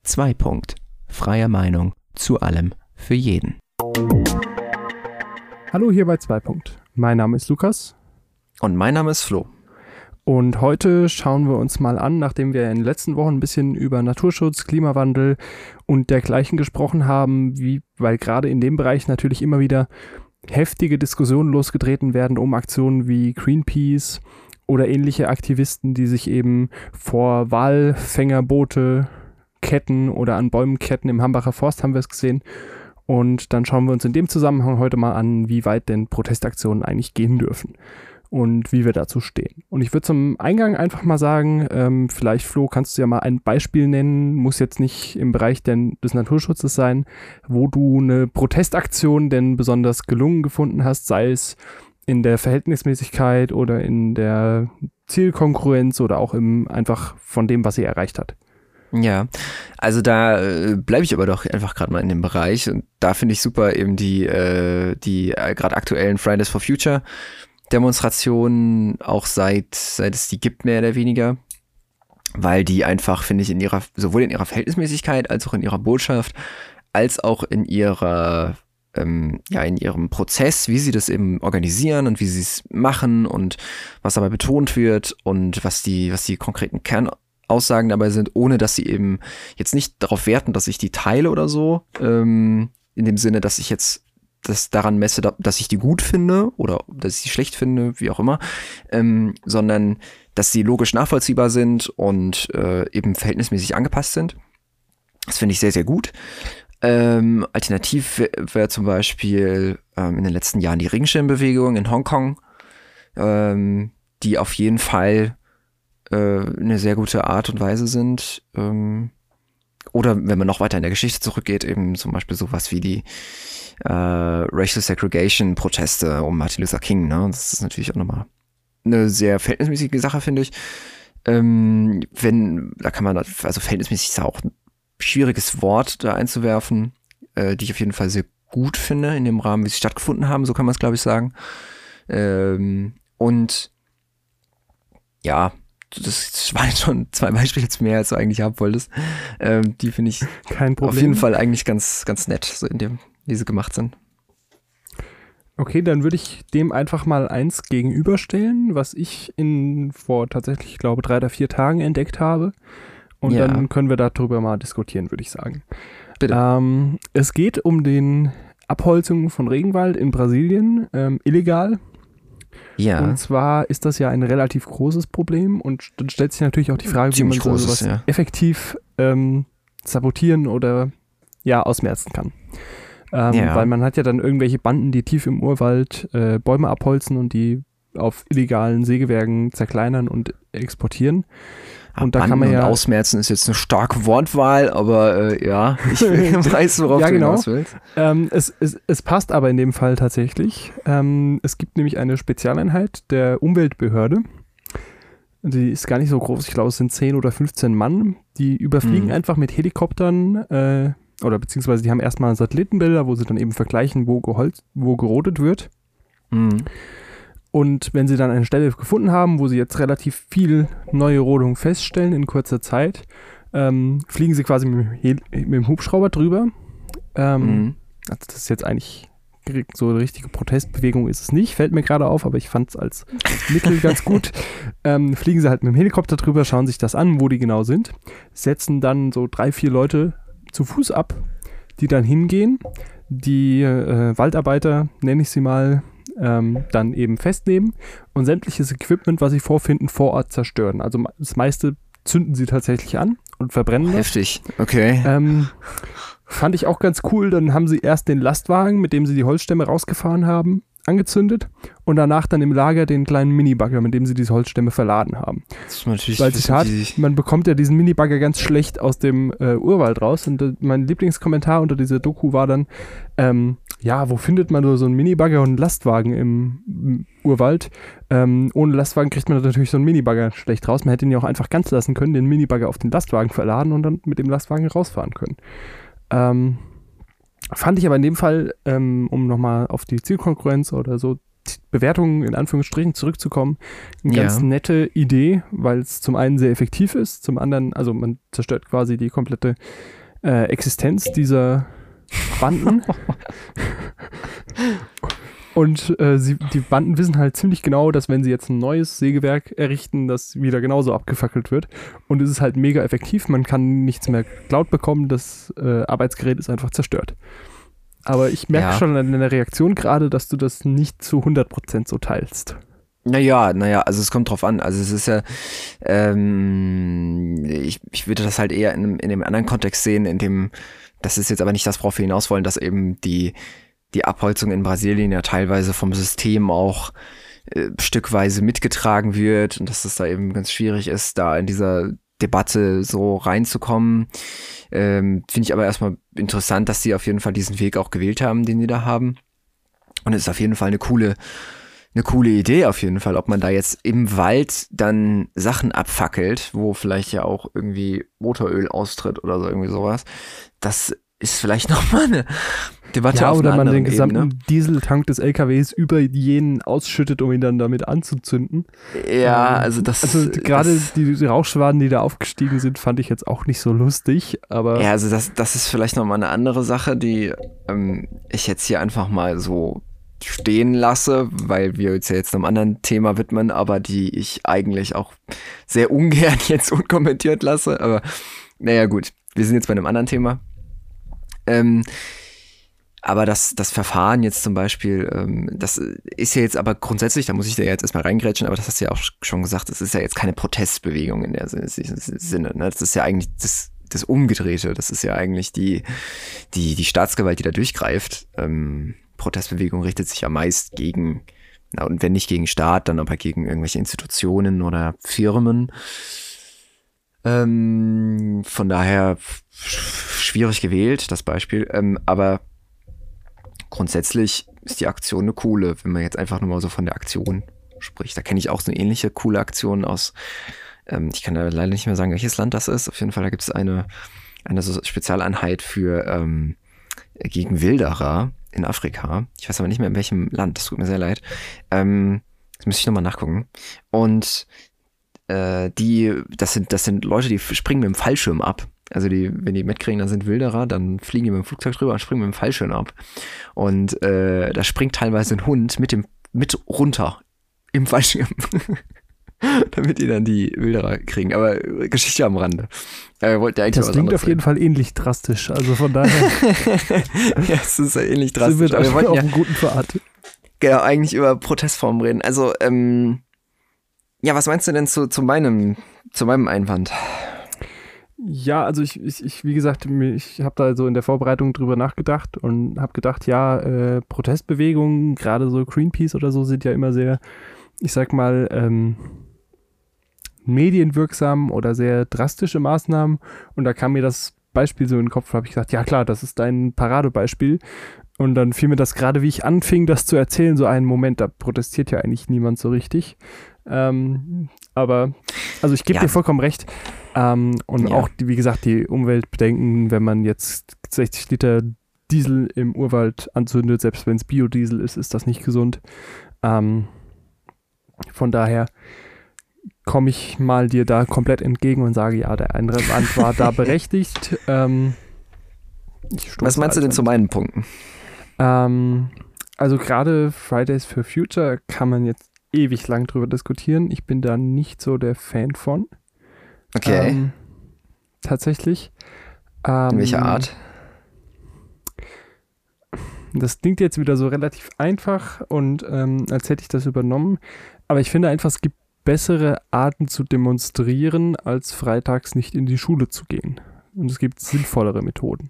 2 Punkt. Freie Meinung zu allem für jeden. Hallo hier bei 2 Punkt. Mein Name ist Lukas. Und mein Name ist Flo. Und heute schauen wir uns mal an, nachdem wir in den letzten Wochen ein bisschen über Naturschutz, Klimawandel und dergleichen gesprochen haben, weil gerade in dem Bereich natürlich immer wieder heftige Diskussionen losgetreten werden um Aktionen wie Greenpeace oder ähnliche Aktivisten, die sich eben vor Walfängerboote ketten oder an Bäumen ketten. Im Hambacher Forst haben wir es gesehen. Und dann schauen wir uns in dem Zusammenhang heute mal an, wie weit denn Protestaktionen eigentlich gehen dürfen und wie wir dazu stehen. Und ich würde zum Eingang einfach mal sagen, vielleicht Flo, kannst du ja mal ein Beispiel nennen, muss jetzt nicht im Bereich des Naturschutzes sein, wo du eine Protestaktion denn besonders gelungen gefunden hast, sei es in der Verhältnismäßigkeit oder in der Zielkongruenz oder auch einfach von dem, was sie erreicht hat. Ja, also da bleibe ich aber doch einfach gerade mal in dem Bereich und da finde ich super eben die gerade aktuellen Fridays for Future Demonstrationen, auch seit es die gibt, mehr oder weniger, weil die einfach, finde ich, sowohl in ihrer Verhältnismäßigkeit als auch in ihrer Botschaft, als auch in ihrer in ihrem Prozess, wie sie das eben organisieren und wie sie es machen und was dabei betont wird und was die konkreten Kernaussagen dabei sind, ohne dass sie eben jetzt nicht darauf werten, dass ich die teile oder so, in dem Sinne, dass ich jetzt das daran messe, dass ich die gut finde oder dass ich sie schlecht finde, wie auch immer, sondern dass sie logisch nachvollziehbar sind und eben verhältnismäßig angepasst sind. Das finde ich sehr, sehr gut. Alternativ wäre zum Beispiel in den letzten Jahren die Regenschirmbewegung in Hongkong, die auf jeden Fall eine sehr gute Art und Weise sind. Oder wenn man noch weiter in der Geschichte zurückgeht, eben zum Beispiel sowas wie die Racial Segregation Proteste um Martin Luther King. Ne? Das ist natürlich auch nochmal eine sehr verhältnismäßige Sache, finde ich. Verhältnismäßig ist auch ein schwieriges Wort da einzuwerfen, die ich auf jeden Fall sehr gut finde in dem Rahmen, wie sie stattgefunden haben, so kann man es, glaube ich, sagen. Und ja, das waren schon 2 Beispiele jetzt mehr, als du eigentlich haben wolltest. Die finde ich Kein Problem. Auf jeden Fall eigentlich ganz, ganz nett, so in dem, wie sie gemacht sind. Okay, dann würde ich dem einfach mal eins gegenüberstellen, was ich vor tatsächlich, ich glaube, 3 oder 4 Tagen entdeckt habe. Und dann können wir darüber mal diskutieren, würde ich sagen. Bitte. Es geht um den Abholzung von Regenwald in Brasilien, illegal. Ja. Und zwar ist das ja ein relativ großes Problem und dann stellt sich natürlich auch die Frage, wie man sowas effektiv sabotieren oder ausmerzen kann. Weil man hat ja dann irgendwelche Banden, die tief im Urwald Bäume abholzen und die auf illegalen Sägewerken zerkleinern und exportieren. Und da kann man ja ausmerzen ist jetzt eine starke Wortwahl, aber ich weiß, worauf du hinaus willst. Es passt aber in dem Fall tatsächlich. Es gibt nämlich eine Spezialeinheit der Umweltbehörde. Die ist gar nicht so groß, ich glaube es sind 10 oder 15 Mann. Die überfliegen einfach mit Helikoptern oder beziehungsweise die haben erstmal Satellitenbilder, wo sie dann eben vergleichen, wo gerodet wird. Und wenn sie dann eine Stelle gefunden haben, wo sie jetzt relativ viel neue Rodung feststellen in kurzer Zeit, fliegen sie quasi mit dem Hubschrauber drüber. Also das ist jetzt eigentlich so eine richtige Protestbewegung ist es nicht, fällt mir gerade auf, aber ich fand es als Mittel ganz gut. Fliegen sie halt mit dem Helikopter drüber, schauen sich das an, wo die genau sind, setzen dann so 3, 4 Leute zu Fuß ab, die dann hingehen, die Waldarbeiter, nenne ich sie mal, dann eben festnehmen und sämtliches Equipment, was sie vorfinden, vor Ort zerstören. Also das meiste zünden sie tatsächlich an und verbrennen das. Heftig, okay. Fand ich auch ganz cool. Dann haben sie erst den Lastwagen, mit dem sie die Holzstämme rausgefahren haben, angezündet und danach dann im Lager den kleinen Minibagger, mit dem sie diese Holzstämme verladen haben. Das ist natürlich weil Zitat, man bekommt ja diesen Minibagger ganz schlecht aus dem Urwald raus und mein Lieblingskommentar unter dieser Doku war dann, wo findet man nur so einen Minibagger und einen Lastwagen im Urwald? Ohne Lastwagen kriegt man natürlich so einen Minibagger schlecht raus. Man hätte ihn ja auch einfach ganz lassen können, den Minibagger auf den Lastwagen verladen und dann mit dem Lastwagen rausfahren können. Fand ich aber in dem Fall, um nochmal auf die Zielkonkurrenz oder so Bewertungen in Anführungsstrichen zurückzukommen, eine ganz nette Idee, weil es zum einen sehr effektiv ist, zum anderen, also man zerstört quasi die komplette Existenz dieser Banden. Und die Banden wissen halt ziemlich genau, dass wenn sie jetzt ein neues Sägewerk errichten, das wieder genauso abgefackelt wird. Und es ist halt mega effektiv, man kann nichts mehr geklaut bekommen, das Arbeitsgerät ist einfach zerstört. Aber ich merke schon an deiner Reaktion gerade, dass du das nicht zu 100% so teilst. Naja, also es kommt drauf an. Also es ist ja, ich würde das halt eher in dem anderen Kontext sehen, in dem, das ist jetzt aber nicht das, worauf wir hinaus wollen, dass eben die Abholzung in Brasilien ja teilweise vom System auch stückweise mitgetragen wird und dass es da eben ganz schwierig ist, da in dieser Debatte so reinzukommen. Finde ich aber erstmal interessant, dass sie auf jeden Fall diesen Weg auch gewählt haben, den sie da haben. Und es ist auf jeden Fall eine coole Idee auf jeden Fall, ob man da jetzt im Wald dann Sachen abfackelt, wo vielleicht ja auch irgendwie Motoröl austritt oder so irgendwie sowas. Das ist vielleicht nochmal eine Debatte auf einer oder man den anderen gesamten Ebene. Dieseltank des LKWs über jenen ausschüttet, um ihn dann damit anzuzünden. Ja, also gerade die Rauchschwaden, die da aufgestiegen sind, fand ich jetzt auch nicht so lustig, aber... Ja, also das ist vielleicht nochmal eine andere Sache, die ich jetzt hier einfach mal so stehen lasse, weil wir uns ja jetzt einem anderen Thema widmen, aber die ich eigentlich auch sehr ungern jetzt unkommentiert lasse, aber naja gut, wir sind jetzt bei einem anderen Thema. Aber das Verfahren jetzt zum Beispiel, das ist ja jetzt aber grundsätzlich, da muss ich da jetzt erstmal reingrätschen, aber das hast du ja auch schon gesagt, es ist ja jetzt keine Protestbewegung in der Sinne. Ne? Das ist ja eigentlich das Umgedrehte, das ist ja eigentlich die Staatsgewalt, die da durchgreift. Protestbewegung richtet sich ja meist gegen, und wenn nicht gegen Staat, dann aber gegen irgendwelche Institutionen oder Firmen. Von daher schwierig gewählt, das Beispiel. Aber grundsätzlich ist die Aktion eine coole, wenn man jetzt einfach nur mal so von der Aktion spricht. Da kenne ich auch so eine ähnliche coole Aktion aus, ich kann da leider nicht mehr sagen, welches Land das ist. Auf jeden Fall, da gibt es eine so Spezialeinheit für gegen Wilderer in Afrika. Ich weiß aber nicht mehr, in welchem Land. Das tut mir sehr leid. Das müsste ich nochmal nachgucken. Und das sind Leute, die springen mit dem Fallschirm ab. Also wenn die mitkriegen, da sind Wilderer, dann fliegen die mit dem Flugzeug drüber und springen mit dem Fallschirm ab. Und da springt teilweise ein Hund mit runter im Fallschirm. Damit die dann die Wilderer kriegen. Aber Geschichte am Rande. Das klingt auf jeden Fall ähnlich drastisch. Also von daher. Ja, es ist ja ähnlich drastisch. Wir wollten ja auf einem guten Pfad. Genau, eigentlich über Protestformen reden. Also, ja, was meinst du denn zu meinem Einwand? Ja, also ich wie gesagt, ich habe da so in der Vorbereitung drüber nachgedacht und habe gedacht, ja, Protestbewegungen, gerade so Greenpeace oder so, sind ja immer sehr, ich sag mal, medienwirksam oder sehr drastische Maßnahmen. Und da kam mir das Beispiel so in den Kopf, habe ich gesagt, ja klar, das ist dein Paradebeispiel. Und dann fiel mir das gerade, wie ich anfing, das zu erzählen, so einen Moment, da protestiert ja eigentlich niemand so richtig. Aber, also ich gebe dir vollkommen recht. Und auch, wie gesagt, die Umweltbedenken, wenn man jetzt 60 Liter Diesel im Urwald anzündet, selbst wenn es Biodiesel ist, ist das nicht gesund. Von daher komme ich mal dir da komplett entgegen und sage, ja, der Einwand war da berechtigt. Was meinst du denn zu meinen Punkten? Also gerade Fridays for Future kann man jetzt ewig lang drüber diskutieren. Ich bin da nicht so der Fan von. Okay. Tatsächlich. In welcher Art? Das klingt jetzt wieder so relativ einfach und als hätte ich das übernommen. Aber ich finde einfach, es gibt bessere Arten zu demonstrieren, als freitags nicht in die Schule zu gehen. Und es gibt sinnvollere Methoden.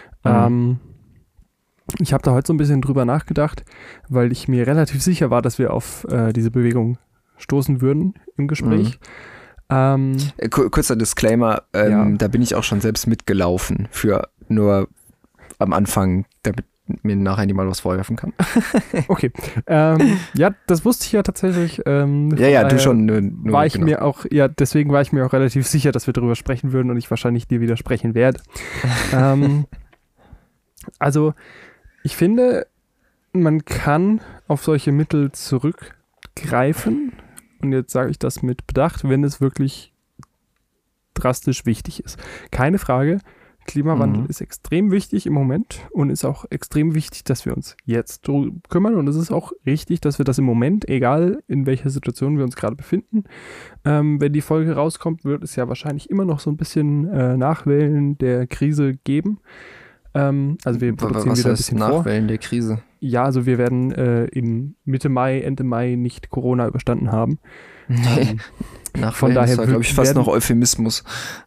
Ich habe da heute so ein bisschen drüber nachgedacht, weil ich mir relativ sicher war, dass wir auf diese Bewegung stoßen würden im Gespräch. Kurzer Disclaimer, da bin ich auch schon selbst mitgelaufen, für nur am Anfang, damit mir nachher niemand was vorwerfen kann. Okay. Ja, das wusste ich ja tatsächlich. Du schon. Deswegen war ich mir auch relativ sicher, dass wir darüber sprechen würden und ich wahrscheinlich dir widersprechen werde. Also, ich finde, man kann auf solche Mittel zurückgreifen. Und jetzt sage ich das mit Bedacht, wenn es wirklich drastisch wichtig ist. Keine Frage, Klimawandel ist extrem wichtig im Moment und ist auch extrem wichtig, dass wir uns jetzt drum kümmern. Und es ist auch richtig, dass wir das im Moment, egal in welcher Situation wir uns gerade befinden, wenn die Folge rauskommt, wird es ja wahrscheinlich immer noch so ein bisschen Nachwellen der Krise geben. Also wir produzieren wieder ein bisschen Nachwellen der Krise? Ja, also wir werden in Mitte Mai, Ende Mai nicht Corona überstanden haben. Nee, von daher war, glaube ich, fast noch Euphemismus.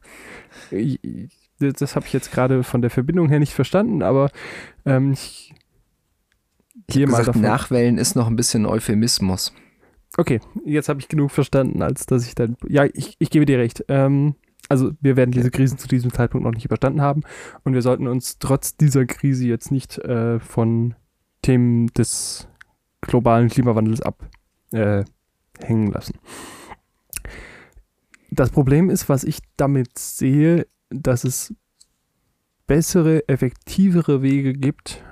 Das habe ich jetzt gerade von der Verbindung her nicht verstanden, aber ich gehe mal davon. Nachwellen ist noch ein bisschen Euphemismus. Okay, jetzt habe ich genug verstanden, als dass ich dann... Ja, ich gebe dir recht. Also wir werden diese Krisen zu diesem Zeitpunkt noch nicht überstanden haben und wir sollten uns trotz dieser Krise jetzt nicht von Themen des globalen Klimawandels abhängen lassen. Das Problem ist, was ich damit sehe, dass es bessere, effektivere Wege gibt,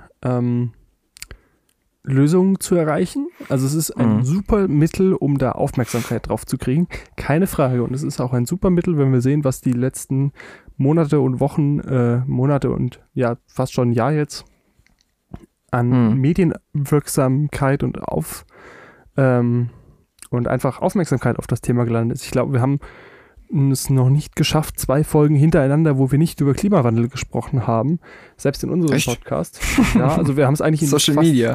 Lösungen zu erreichen. Also es ist ein super Mittel, um da Aufmerksamkeit drauf zu kriegen. Keine Frage. Und es ist auch ein super Mittel, wenn wir sehen, was die letzten Monate und Wochen, Monate und ja, fast schon ein Jahr jetzt an Medienwirksamkeit und und einfach Aufmerksamkeit auf das Thema gelandet ist. Ich glaube, wir haben es noch nicht geschafft, 2 Folgen hintereinander, wo wir nicht über Klimawandel gesprochen haben, selbst in unserem Podcast. Ja, also wir haben es eigentlich in Social Media.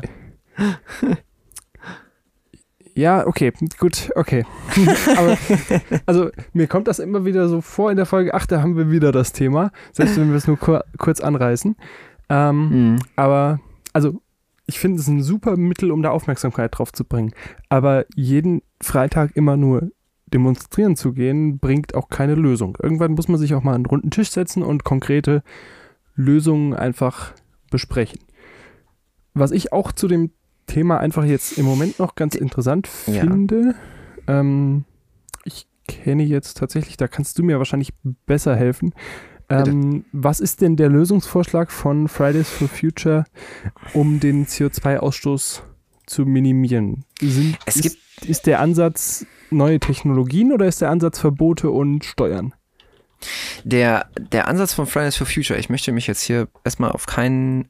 Ja, okay, gut, okay. Aber also mir kommt das immer wieder so vor in der Folge, ach, da haben wir wieder das Thema, selbst wenn wir es nur kurz anreißen. Aber also ich finde es ein super Mittel, um da Aufmerksamkeit drauf zu bringen. Aber jeden Freitag immer nur demonstrieren zu gehen, bringt auch keine Lösung. Irgendwann muss man sich auch mal an einen runden Tisch setzen und konkrete Lösungen einfach besprechen. Was ich auch zu dem Thema einfach jetzt im Moment noch ganz interessant finde, ich kenne jetzt tatsächlich, da kannst du mir wahrscheinlich besser helfen. Was ist denn der Lösungsvorschlag von Fridays for Future, um den CO2-Ausstoß zu minimieren? Ist der Ansatz neue Technologien oder ist der Ansatz Verbote und Steuern? Der Ansatz von Fridays for Future, ich möchte mich jetzt hier erstmal auf keinen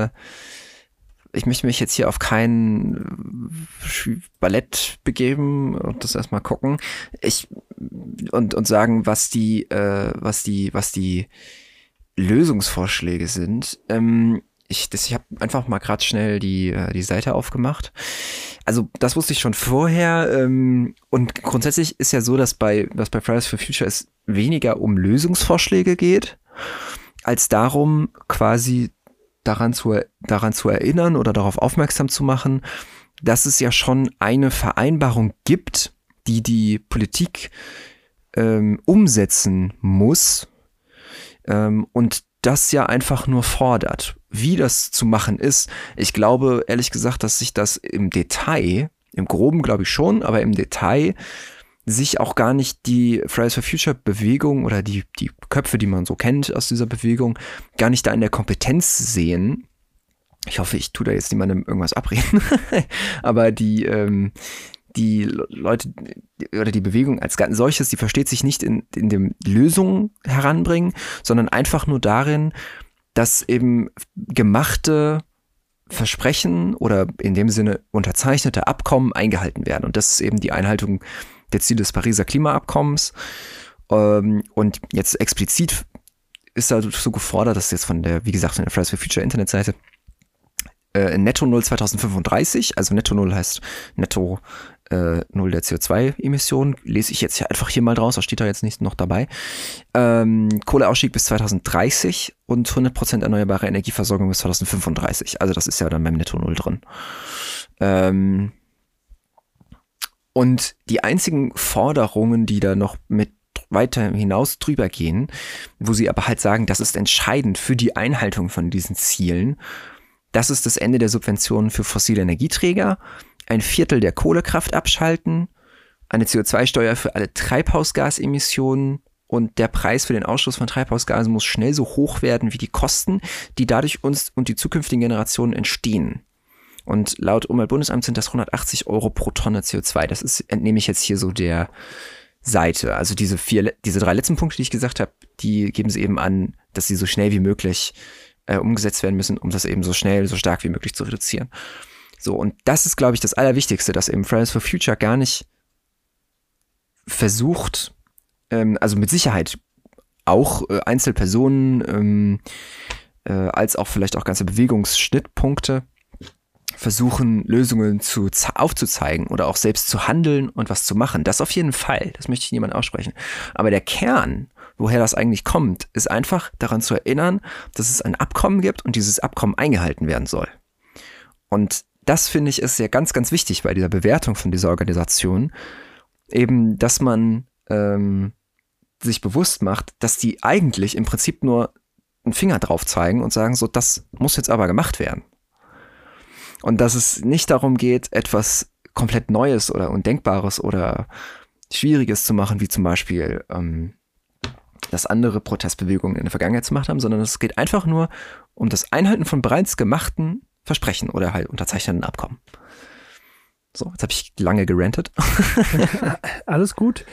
Ballett begeben und das erstmal gucken und sagen, was die Lösungsvorschläge sind. Ich habe einfach mal gerade schnell die Seite aufgemacht. Also das wusste ich schon vorher und grundsätzlich ist ja so, dass bei Fridays for Future es weniger um Lösungsvorschläge geht, als darum quasi daran zu erinnern oder darauf aufmerksam zu machen, dass es ja schon eine Vereinbarung gibt, die Politik umsetzen muss und das ja einfach nur fordert. Wie das zu machen ist, ich glaube ehrlich gesagt, dass sich das im Detail, im Groben glaube ich schon, aber im Detail sich auch gar nicht die Fridays for Future Bewegung oder die Köpfe, die man so kennt aus dieser Bewegung, gar nicht da in der Kompetenz sehen. Ich hoffe, ich tue da jetzt niemandem irgendwas abreden, aber die Leute oder die Bewegung als solches, die versteht sich nicht in dem Lösungen heranbringen, sondern einfach nur darin, dass eben gemachte Versprechen oder in dem Sinne unterzeichnete Abkommen eingehalten werden. Und das ist eben die Einhaltung der Ziele des Pariser Klimaabkommens. Und jetzt explizit ist da so gefordert, dass jetzt von der Fridays for Future Internetseite Netto Null 2035, also Netto Null heißt Netto Null der CO2-Emissionen, lese ich jetzt hier mal draus, da steht da jetzt nicht noch dabei. Kohleausstieg bis 2030 und 100% erneuerbare Energieversorgung bis 2035. Also das ist ja dann beim Netto Null drin. Und die einzigen Forderungen, die da noch mit weiter hinaus drüber gehen, wo sie aber halt sagen, das ist entscheidend für die Einhaltung von diesen Zielen, das ist das Ende der Subventionen für fossile Energieträger, 1/4 der Kohlekraft abschalten, eine CO2-Steuer für alle Treibhausgasemissionen und der Preis für den Ausstoß von Treibhausgasen muss schnell so hoch werden wie die Kosten, die dadurch uns und die zukünftigen Generationen entstehen. Und laut Umweltbundesamt sind das 180 € pro Tonne CO2. Das ist, entnehme ich jetzt hier so der Seite. Also diese 3 letzten Punkte, die ich gesagt habe, die geben sie eben an, dass sie so schnell wie möglich umgesetzt werden müssen, um das eben so schnell, so stark wie möglich zu reduzieren. So, und das ist, glaube ich, das Allerwichtigste, dass eben Fridays for Future gar nicht versucht, also mit Sicherheit auch Einzelpersonen als auch vielleicht auch ganze Bewegungsschnittpunkte versuchen, Lösungen aufzuzeigen oder auch selbst zu handeln und was zu machen. Das auf jeden Fall, das möchte ich niemandem aussprechen. Aber der Kern, woher das eigentlich kommt, ist einfach daran zu erinnern, dass es ein Abkommen gibt und dieses Abkommen eingehalten werden soll. Und das, finde ich, ist ja ganz, ganz wichtig bei dieser Bewertung von dieser Organisation, eben, dass man sich bewusst macht, dass die eigentlich im Prinzip nur einen Finger drauf zeigen und sagen, so, das muss jetzt aber gemacht werden. Und dass es nicht darum geht, etwas komplett Neues oder Undenkbares oder Schwieriges zu machen, wie zum Beispiel das andere Protestbewegungen in der Vergangenheit gemacht haben, sondern es geht einfach nur um das Einhalten von bereits gemachten Versprechen oder halt unterzeichneten Abkommen. So, jetzt habe ich lange gerantet. Alles gut.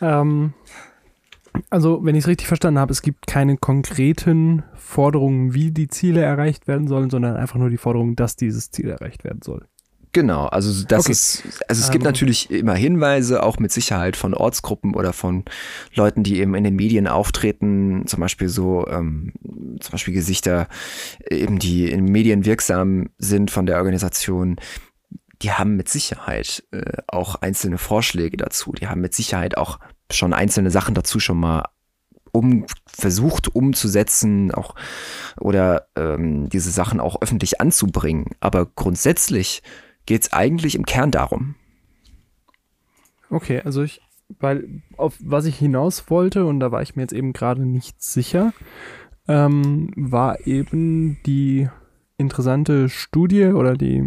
Also, wenn ich es richtig verstanden habe, es gibt keine konkreten Forderungen, wie die Ziele erreicht werden sollen, sondern einfach nur die Forderung, dass dieses Ziel erreicht werden soll. Genau, also es gibt natürlich immer Hinweise, auch mit Sicherheit von Ortsgruppen oder von Leuten, die eben in den Medien auftreten, zum Beispiel zum Beispiel Gesichter, eben die in Medien wirksam sind von der Organisation. Die haben mit Sicherheit auch einzelne Vorschläge dazu. Die haben mit Sicherheit auch schon einzelne Sachen dazu schon mal versucht umzusetzen, auch oder diese Sachen auch öffentlich anzubringen. Aber grundsätzlich geht es eigentlich im Kern darum. Okay, also weil auf was ich hinaus wollte, und da war ich mir jetzt eben gerade nicht sicher, war eben die interessante Studie oder die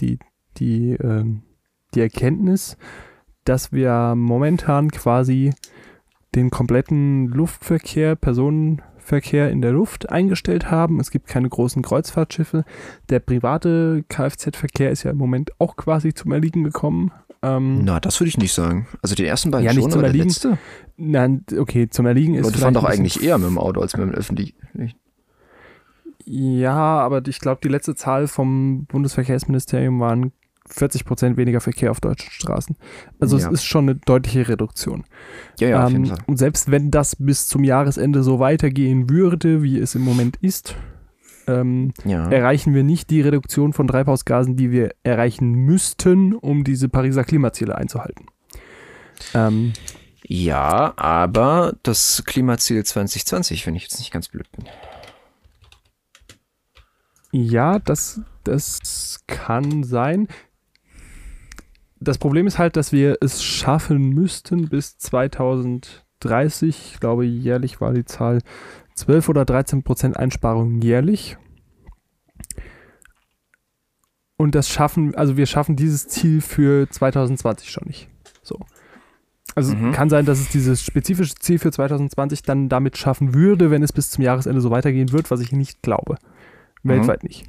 Erkenntnis, dass wir momentan quasi den kompletten Luftverkehr, Personenverkehr in der Luft eingestellt haben. Es gibt keine großen Kreuzfahrtschiffe. Der private Kfz-Verkehr ist ja im Moment auch quasi zum Erliegen gekommen. Na, das würde ich nicht sagen. Also den ersten beiden ja, schon, nicht zum aber Erliegen. der letzte? Nein, okay, zum Erliegen ist Leute fahren doch eigentlich eher mit dem Auto als mit dem Öffentlichen. Ja, aber ich glaube, die letzte Zahl vom Bundesverkehrsministerium waren 40% weniger Verkehr auf deutschen Straßen. Also Ja. es ist schon eine deutliche Reduktion. Ja, auf jeden Fall. Und selbst wenn das bis zum Jahresende so weitergehen würde, wie es im Moment ist, erreichen wir nicht die Reduktion von Treibhausgasen, die wir erreichen müssten, um diese Pariser Klimaziele einzuhalten. Ja, aber das Klimaziel 2020 finde ich jetzt nicht ganz blöd. Ja, das kann sein. Das Problem ist halt, dass wir es schaffen müssten bis 2030, ich glaube jährlich war die Zahl 12 oder 13% Einsparungen jährlich. Und wir schaffen dieses Ziel für 2020 schon nicht. So. Also kann sein, dass es dieses spezifische Ziel für 2020 dann damit schaffen würde, wenn es bis zum Jahresende so weitergehen wird, was ich nicht glaube. Weltweit nicht.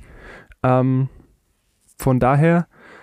Von daher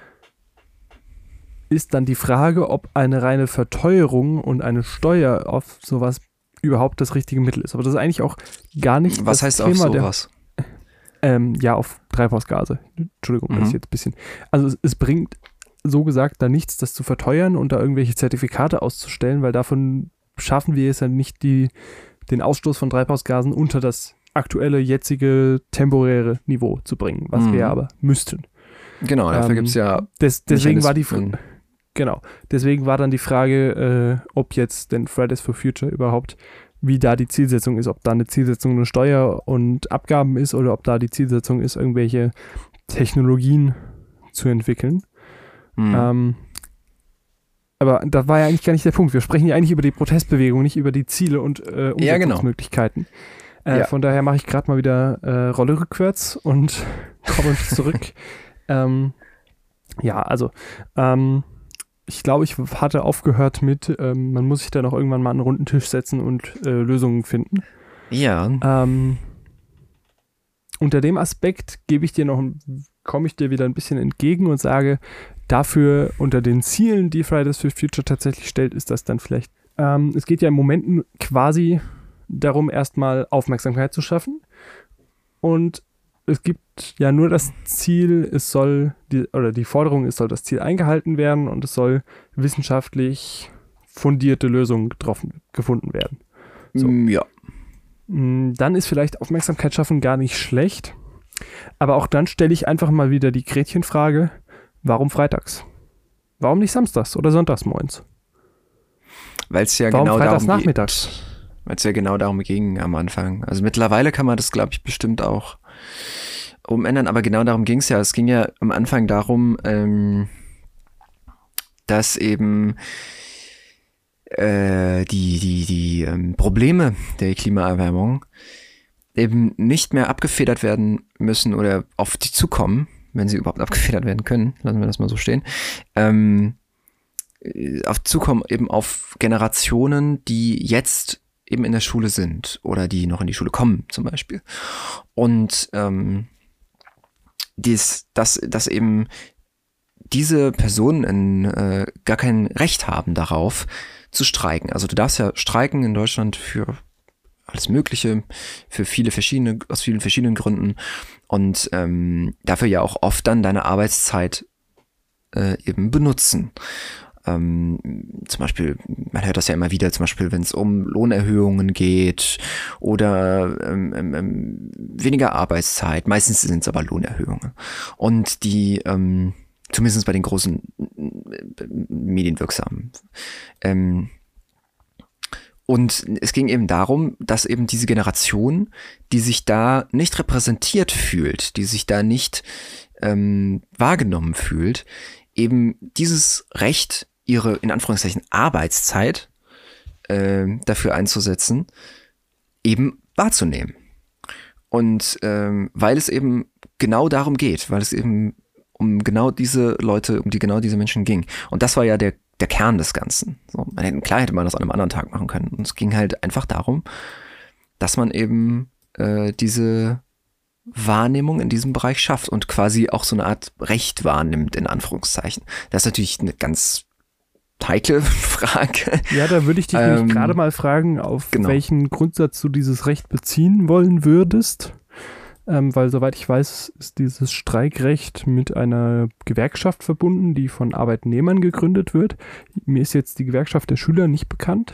ist dann die Frage, ob eine reine Verteuerung und eine Steuer auf sowas überhaupt das richtige Mittel ist. Aber das ist eigentlich auch gar nicht Was das heißt Thema auf sowas? Ja, auf Treibhausgase. Entschuldigung, das ist jetzt ein bisschen. Also es bringt so gesagt da nichts, das zu verteuern und da irgendwelche Zertifikate auszustellen, weil davon schaffen wir es ja nicht, den Ausstoß von Treibhausgasen unter das aktuelle, jetzige, temporäre Niveau zu bringen, was wir aber müssten. Genau, dafür gibt es ja deswegen war deswegen war dann die Frage, ob jetzt denn Fridays for Future überhaupt, wie da die Zielsetzung ist, ob da eine Zielsetzung nur Steuer und Abgaben ist oder ob da die Zielsetzung ist, irgendwelche Technologien zu entwickeln. Aber das war ja eigentlich gar nicht der Punkt. Wir sprechen ja eigentlich über die Protestbewegung, nicht über die Ziele und Umsetzungsmöglichkeiten. Von daher mache ich gerade mal wieder Rolle rückwärts und komme zurück. Ich glaube, ich hatte aufgehört mit, man muss sich da noch irgendwann mal an einen runden Tisch setzen und Lösungen finden. Ja. Unter dem Aspekt gebe ich dir noch komme ich dir wieder ein bisschen entgegen und sage, dafür unter den Zielen, die Fridays for Future tatsächlich stellt, ist das dann vielleicht. Es geht ja im Moment quasi darum, erstmal Aufmerksamkeit zu schaffen. Und es gibt ja nur das Ziel, die Forderung, es soll das Ziel eingehalten werden und es soll wissenschaftlich fundierte Lösungen gefunden werden. So. Ja. Dann ist vielleicht Aufmerksamkeit schaffen gar nicht schlecht. Aber auch dann stelle ich einfach mal wieder die Gretchenfrage, warum freitags? Warum nicht samstags oder sonntags morgens? Weil es ja genau darum ging am Anfang. Also mittlerweile kann man das, glaube ich, bestimmt auch umändern, aber genau darum ging es ja. Es ging ja am Anfang darum, dass eben die Probleme der Klimaerwärmung eben nicht mehr abgefedert werden müssen oder auf die zukommen, wenn sie überhaupt abgefedert werden können, lassen wir das mal so stehen, zukommen eben auf Generationen, die jetzt eben in der Schule sind oder die noch in die Schule kommen zum Beispiel. Und dass eben diese Personen gar kein Recht haben darauf, zu streiken. Also du darfst ja streiken in Deutschland für alles Mögliche, aus vielen verschiedenen Gründen und dafür ja auch oft dann deine Arbeitszeit eben benutzen. Zum Beispiel, man hört das ja immer wieder, zum Beispiel, wenn es um Lohnerhöhungen geht oder weniger Arbeitszeit. Meistens sind es aber Lohnerhöhungen. Und die zumindest bei den großen Medienwirksamen. Und es ging eben darum, dass eben diese Generation, die sich da nicht repräsentiert fühlt, die sich da nicht wahrgenommen fühlt, eben dieses Recht, ihre in Anführungszeichen Arbeitszeit dafür einzusetzen, eben wahrzunehmen. Und weil es eben genau darum geht, weil es eben um genau diese Leute, genau diese Menschen ging. Und das war ja der Kern des Ganzen. So, klar hätte man das an einem anderen Tag machen können. Und es ging halt einfach darum, dass man eben diese Wahrnehmung in diesem Bereich schafft und quasi auch so eine Art Recht wahrnimmt, in Anführungszeichen. Das ist natürlich eine ganz heikle Frage. Ja, da würde ich dich nämlich gerade mal fragen, auf welchen Grundsatz du dieses Recht beziehen wollen würdest. Weil soweit ich weiß, ist dieses Streikrecht mit einer Gewerkschaft verbunden, die von Arbeitnehmern gegründet wird. Mir ist jetzt die Gewerkschaft der Schüler nicht bekannt.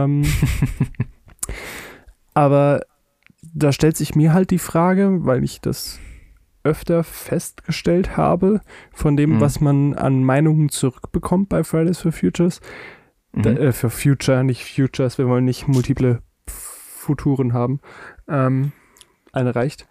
Aber da stellt sich mir halt die Frage, weil ich das öfter festgestellt habe, von dem, was man an Meinungen zurückbekommt bei Fridays for Futures. Für Future, nicht Futures, wir wollen nicht multiple Futuren haben. Eine reicht.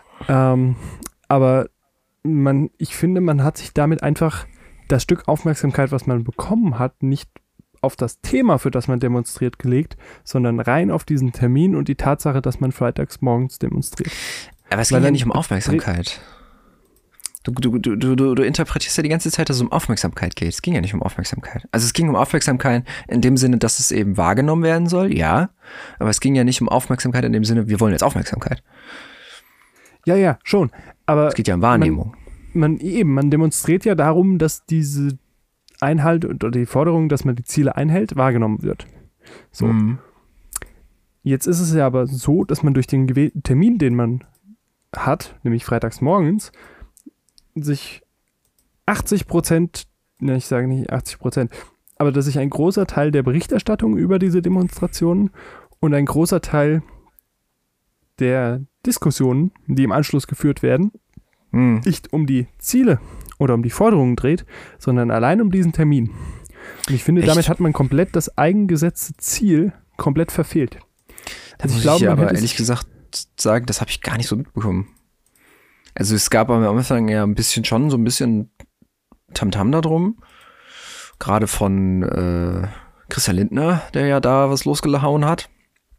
Aber ich finde, man hat sich damit einfach das Stück Aufmerksamkeit, was man bekommen hat, nicht auf das Thema, für das man demonstriert, gelegt, sondern rein auf diesen Termin und die Tatsache, dass man freitags morgens demonstriert. Aber es ging ja nicht um Aufmerksamkeit. Du interpretierst ja die ganze Zeit, dass es um Aufmerksamkeit geht. Es ging ja nicht um Aufmerksamkeit. Also es ging um Aufmerksamkeit in dem Sinne, dass es eben wahrgenommen werden soll, ja. Aber es ging ja nicht um Aufmerksamkeit in dem Sinne, wir wollen jetzt Aufmerksamkeit. Ja, schon. Aber es geht ja um Wahrnehmung. Man demonstriert ja darum, dass diese Einhalt oder die Forderung, dass man die Ziele einhält, wahrgenommen wird. So. Jetzt ist es ja aber so, dass man durch den gewählten Termin, den man hat, nämlich freitags morgens, sich 80%, ich sage nicht 80%, aber dass sich ein großer Teil der Berichterstattung über diese Demonstrationen und ein großer Teil der Diskussionen, die im Anschluss geführt werden, nicht um die Ziele oder um die Forderungen dreht, sondern allein um diesen Termin. Und ich finde, damit hat man komplett das eigengesetzte Ziel komplett verfehlt. Also ich glaube, aber ehrlich gesagt sagen, das habe ich gar nicht so mitbekommen. Also es gab am Anfang ja so ein bisschen Tamtam da drum. Gerade von Christian Lindner, der ja da was losgehauen hat.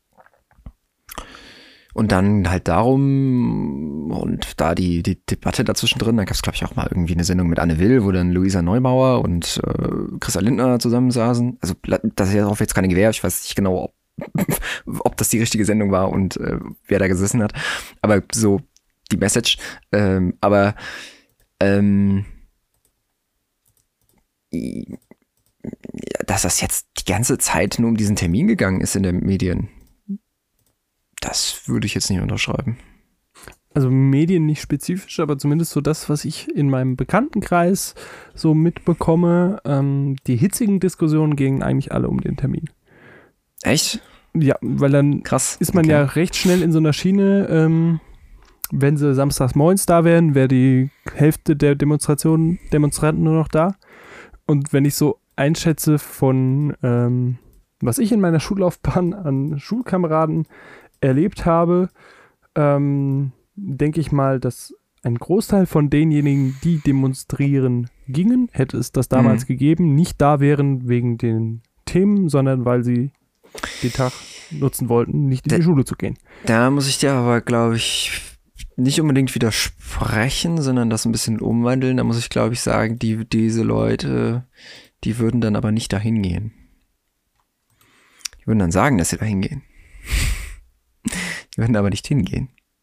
Und dann halt darum und da die Debatte dazwischen drin, dann gab es, glaube ich, auch mal irgendwie eine Sendung mit Anne Will, wo dann Luisa Neubauer und Christian Lindner zusammensaßen. Also das ist ja auch jetzt keine Gewehr, ich weiß nicht genau, ob das die richtige Sendung war und wer da gesessen hat. Aber so die Message. Aber Dass das jetzt die ganze Zeit nur um diesen Termin gegangen ist in den Medien, das würde ich jetzt nicht unterschreiben. Also Medien nicht spezifisch, aber zumindest so das, was ich in meinem Bekanntenkreis so mitbekomme, die hitzigen Diskussionen gingen eigentlich alle um den Termin. Echt? Ja, weil dann Krass. Ist man ja recht schnell in so einer Schiene, wenn sie samstags morgens da wären, wäre die Hälfte der Demonstranten nur noch da. Und wenn ich so einschätze von, was ich in meiner Schullaufbahn an Schulkameraden erlebt habe, denke ich mal, dass ein Großteil von denjenigen, die demonstrieren gingen, hätte es das damals gegeben, nicht da wären wegen den Themen, sondern weil sie den Tag nutzen wollten, nicht in die Schule zu gehen. Da muss ich dir aber, glaube ich, nicht unbedingt widersprechen, sondern das ein bisschen umwandeln. Da muss ich, glaube ich, sagen, diese Leute, die würden dann aber nicht dahin gehen. Die würden dann sagen, dass sie dahin gehen. Die würden aber nicht hingehen.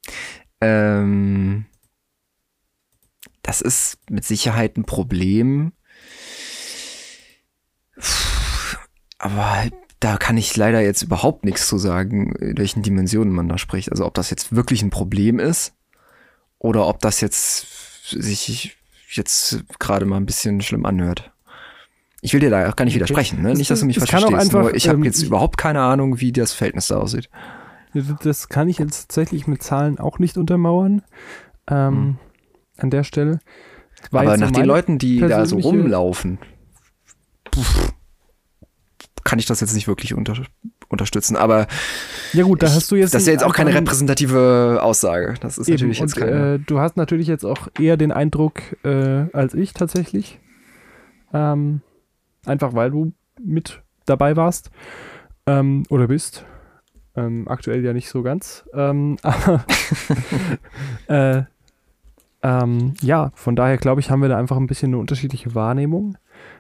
Das ist mit Sicherheit ein Problem. Aber da kann ich leider jetzt überhaupt nichts zu sagen, in welchen Dimensionen man da spricht. Also ob das jetzt wirklich ein Problem ist oder ob das jetzt sich jetzt gerade mal ein bisschen schlimm anhört. Ich will dir da auch gar nicht widersprechen, ne? Nicht, dass du mich falsch verstehst. Nur ich habe jetzt überhaupt keine Ahnung, wie das Verhältnis da aussieht. Das kann ich jetzt tatsächlich mit Zahlen auch nicht untermauern. An der Stelle. Aber nach den Leuten, die da so rumlaufen, kann ich das jetzt nicht wirklich unterstützen. Aber ja gut, da hast du jetzt. Das ist ja jetzt auch keine repräsentative Aussage. Das ist natürlich jetzt keine. Du hast natürlich jetzt auch eher den Eindruck als ich tatsächlich. Einfach weil du mit dabei warst oder bist. Aktuell ja nicht so ganz. Aber ja, von daher glaube ich, haben wir da einfach ein bisschen eine unterschiedliche Wahrnehmung.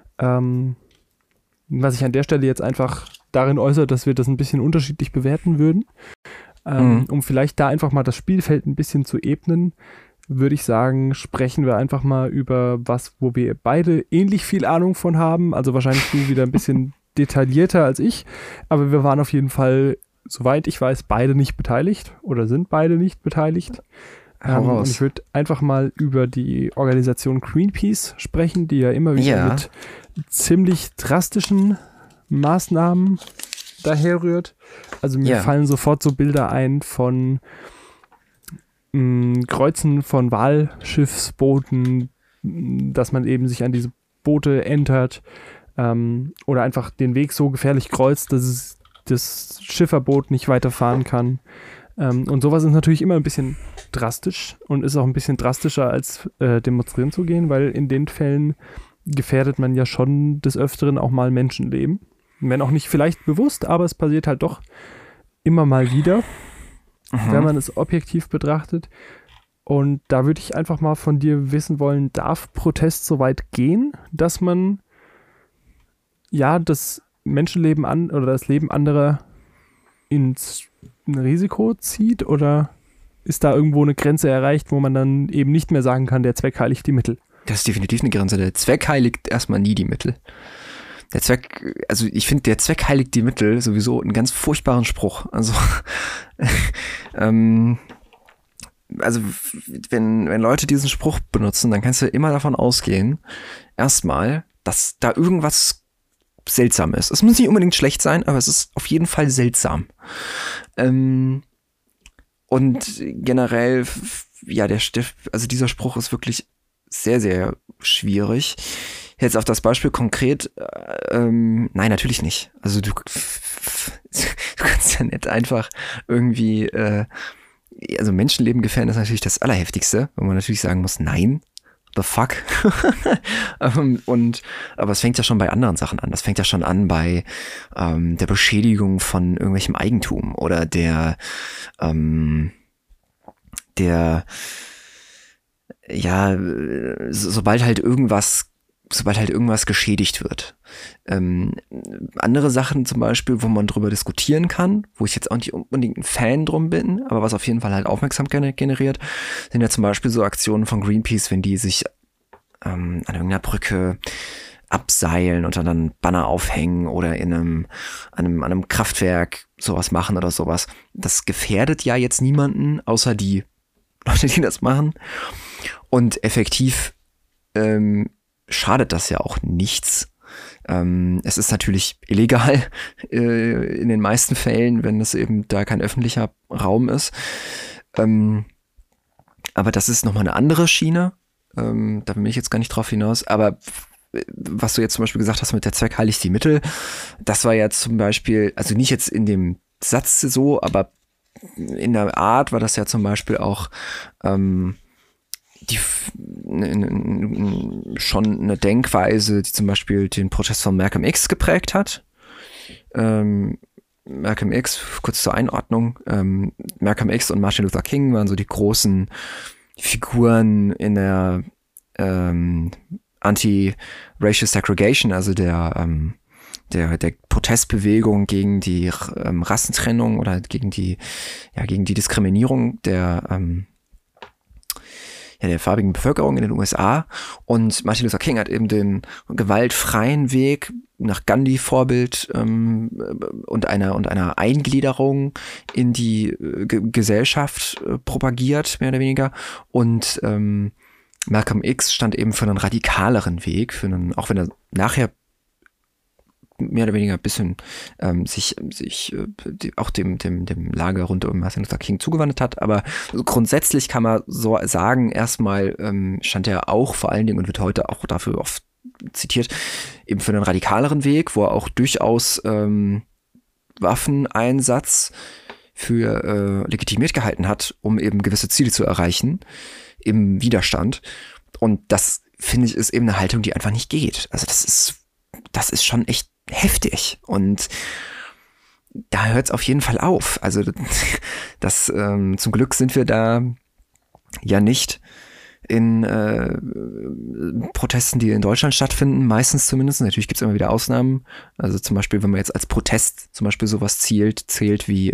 Was sich an der Stelle jetzt einfach darin äußert, dass wir das ein bisschen unterschiedlich bewerten würden. Um vielleicht da einfach mal das Spielfeld ein bisschen zu ebnen, würde ich sagen, sprechen wir einfach mal über was, wo wir beide ähnlich viel Ahnung von haben. Also wahrscheinlich du wieder ein bisschen detaillierter als ich. Aber wir waren auf jeden Fall, soweit ich weiß, beide nicht beteiligt oder sind beide nicht beteiligt. Und ich würde einfach mal über die Organisation Greenpeace sprechen, die ja immer wieder mit ziemlich drastischen Maßnahmen daherrührt. Also mir fallen sofort so Bilder ein von Kreuzen von Walschiffsbooten, dass man eben sich an diese Boote entert oder einfach den Weg so gefährlich kreuzt, dass es das Schifferboot nicht weiterfahren kann. Und sowas ist natürlich immer ein bisschen drastisch und ist auch ein bisschen drastischer als demonstrieren zu gehen, weil in den Fällen gefährdet man ja schon des Öfteren auch mal Menschenleben. Wenn auch nicht vielleicht bewusst, aber es passiert halt doch immer mal wieder, wenn man es objektiv betrachtet. Und da würde ich einfach mal von dir wissen wollen, darf Protest so weit gehen, dass man das Menschenleben oder das Leben anderer ins Risiko zieht, oder ist da irgendwo eine Grenze erreicht, wo man dann eben nicht mehr sagen kann, der Zweck heiligt die Mittel? Das ist definitiv eine Grenze. Der Zweck heiligt erstmal nie die Mittel. Ich finde, der Zweck heiligt die Mittel sowieso einen ganz furchtbaren Spruch. Also, wenn Leute diesen Spruch benutzen, dann kannst du immer davon ausgehen, erstmal, dass da irgendwas seltsam ist. Es muss nicht unbedingt schlecht sein, aber es ist auf jeden Fall seltsam. Und generell, dieser Spruch ist wirklich sehr, sehr schwierig. Jetzt auf das Beispiel konkret, nein, natürlich nicht. Also du kannst ja nicht einfach irgendwie, also Menschenleben gefährden ist natürlich das Allerheftigste, wo man natürlich sagen muss, nein, the fuck. Aber es fängt ja schon bei anderen Sachen an. Das fängt ja schon an bei der Beschädigung von irgendwelchem Eigentum oder sobald halt irgendwas geschädigt wird. Andere Sachen zum Beispiel, wo man drüber diskutieren kann, wo ich jetzt auch nicht unbedingt ein Fan drum bin, aber was auf jeden Fall halt Aufmerksamkeit generiert, sind ja zum Beispiel so Aktionen von Greenpeace, wenn die sich an irgendeiner Brücke abseilen und dann einen Banner aufhängen oder an einem Kraftwerk sowas machen oder sowas. Das gefährdet ja jetzt niemanden, außer die Leute, die das machen. Und effektiv schadet das ja auch nichts. Es ist natürlich illegal in den meisten Fällen, wenn es eben da kein öffentlicher Raum ist. Aber das ist nochmal eine andere Schiene. Da will ich jetzt gar nicht drauf hinaus. Aber was du jetzt zum Beispiel gesagt hast mit der Zweck heiligt die Mittel, das war ja zum Beispiel, also nicht jetzt in dem Satz so, aber in der Art war das ja zum Beispiel auch schon eine Denkweise, die zum Beispiel den Protest von Malcolm X geprägt hat. Malcolm X, kurz zur Einordnung, Malcolm X und Martin Luther King waren so die großen Figuren in der Anti-Racial Segregation, also der Protestbewegung gegen die Rassentrennung oder gegen die Diskriminierung der farbigen Bevölkerung in den USA. Und Martin Luther King hat eben den gewaltfreien Weg nach Gandhi-Vorbild und einer Eingliederung in die Gesellschaft propagiert, mehr oder weniger. Und Malcolm X stand eben für einen radikaleren Weg, auch wenn er nachher mehr oder weniger ein bisschen sich auch dem Lager rund um Martin Luther King zugewandt hat. Aber grundsätzlich kann man so sagen, erstmal stand er auch vor allen Dingen und wird heute auch dafür oft zitiert, eben für einen radikaleren Weg, wo er auch durchaus Waffeneinsatz für legitimiert gehalten hat, um eben gewisse Ziele zu erreichen im Widerstand. Und das, finde ich, ist eben eine Haltung, die einfach nicht geht. Also das ist schon echt heftig. Und da hört es auf jeden Fall auf. Also zum Glück sind wir da ja nicht in Protesten, die in Deutschland stattfinden, meistens zumindest. Natürlich gibt es immer wieder Ausnahmen. Also zum Beispiel, wenn man jetzt als Protest zum Beispiel sowas zählt wie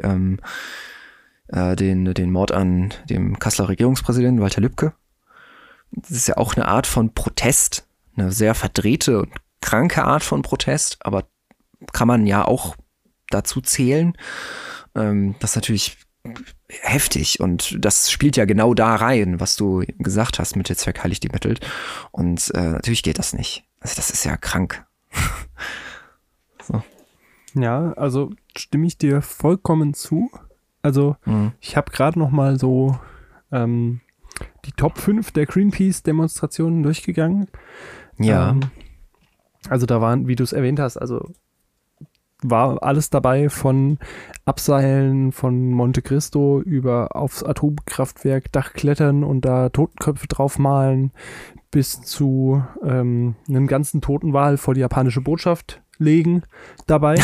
den Mord an dem Kasseler Regierungspräsidenten Walter Lübcke. Das ist ja auch eine Art von Protest, eine sehr verdrehte und kranke Art von Protest, aber kann man ja auch dazu zählen. Das ist natürlich heftig und das spielt ja genau da rein, was du gesagt hast mit der Zweck heiligt die Mittel. Und natürlich geht das nicht. Also das ist ja krank. So. Ja, also stimme ich dir vollkommen zu. Also ich habe gerade noch mal so die Top 5 der Greenpeace-Demonstrationen durchgegangen. Ja. Also da waren, wie du es erwähnt hast, also war alles dabei von Abseilen von Monte Cristo über aufs Atomkraftwerk Dach klettern und da Totenköpfe drauf malen bis zu einem ganzen Totenwal vor die japanische Botschaft legen dabei.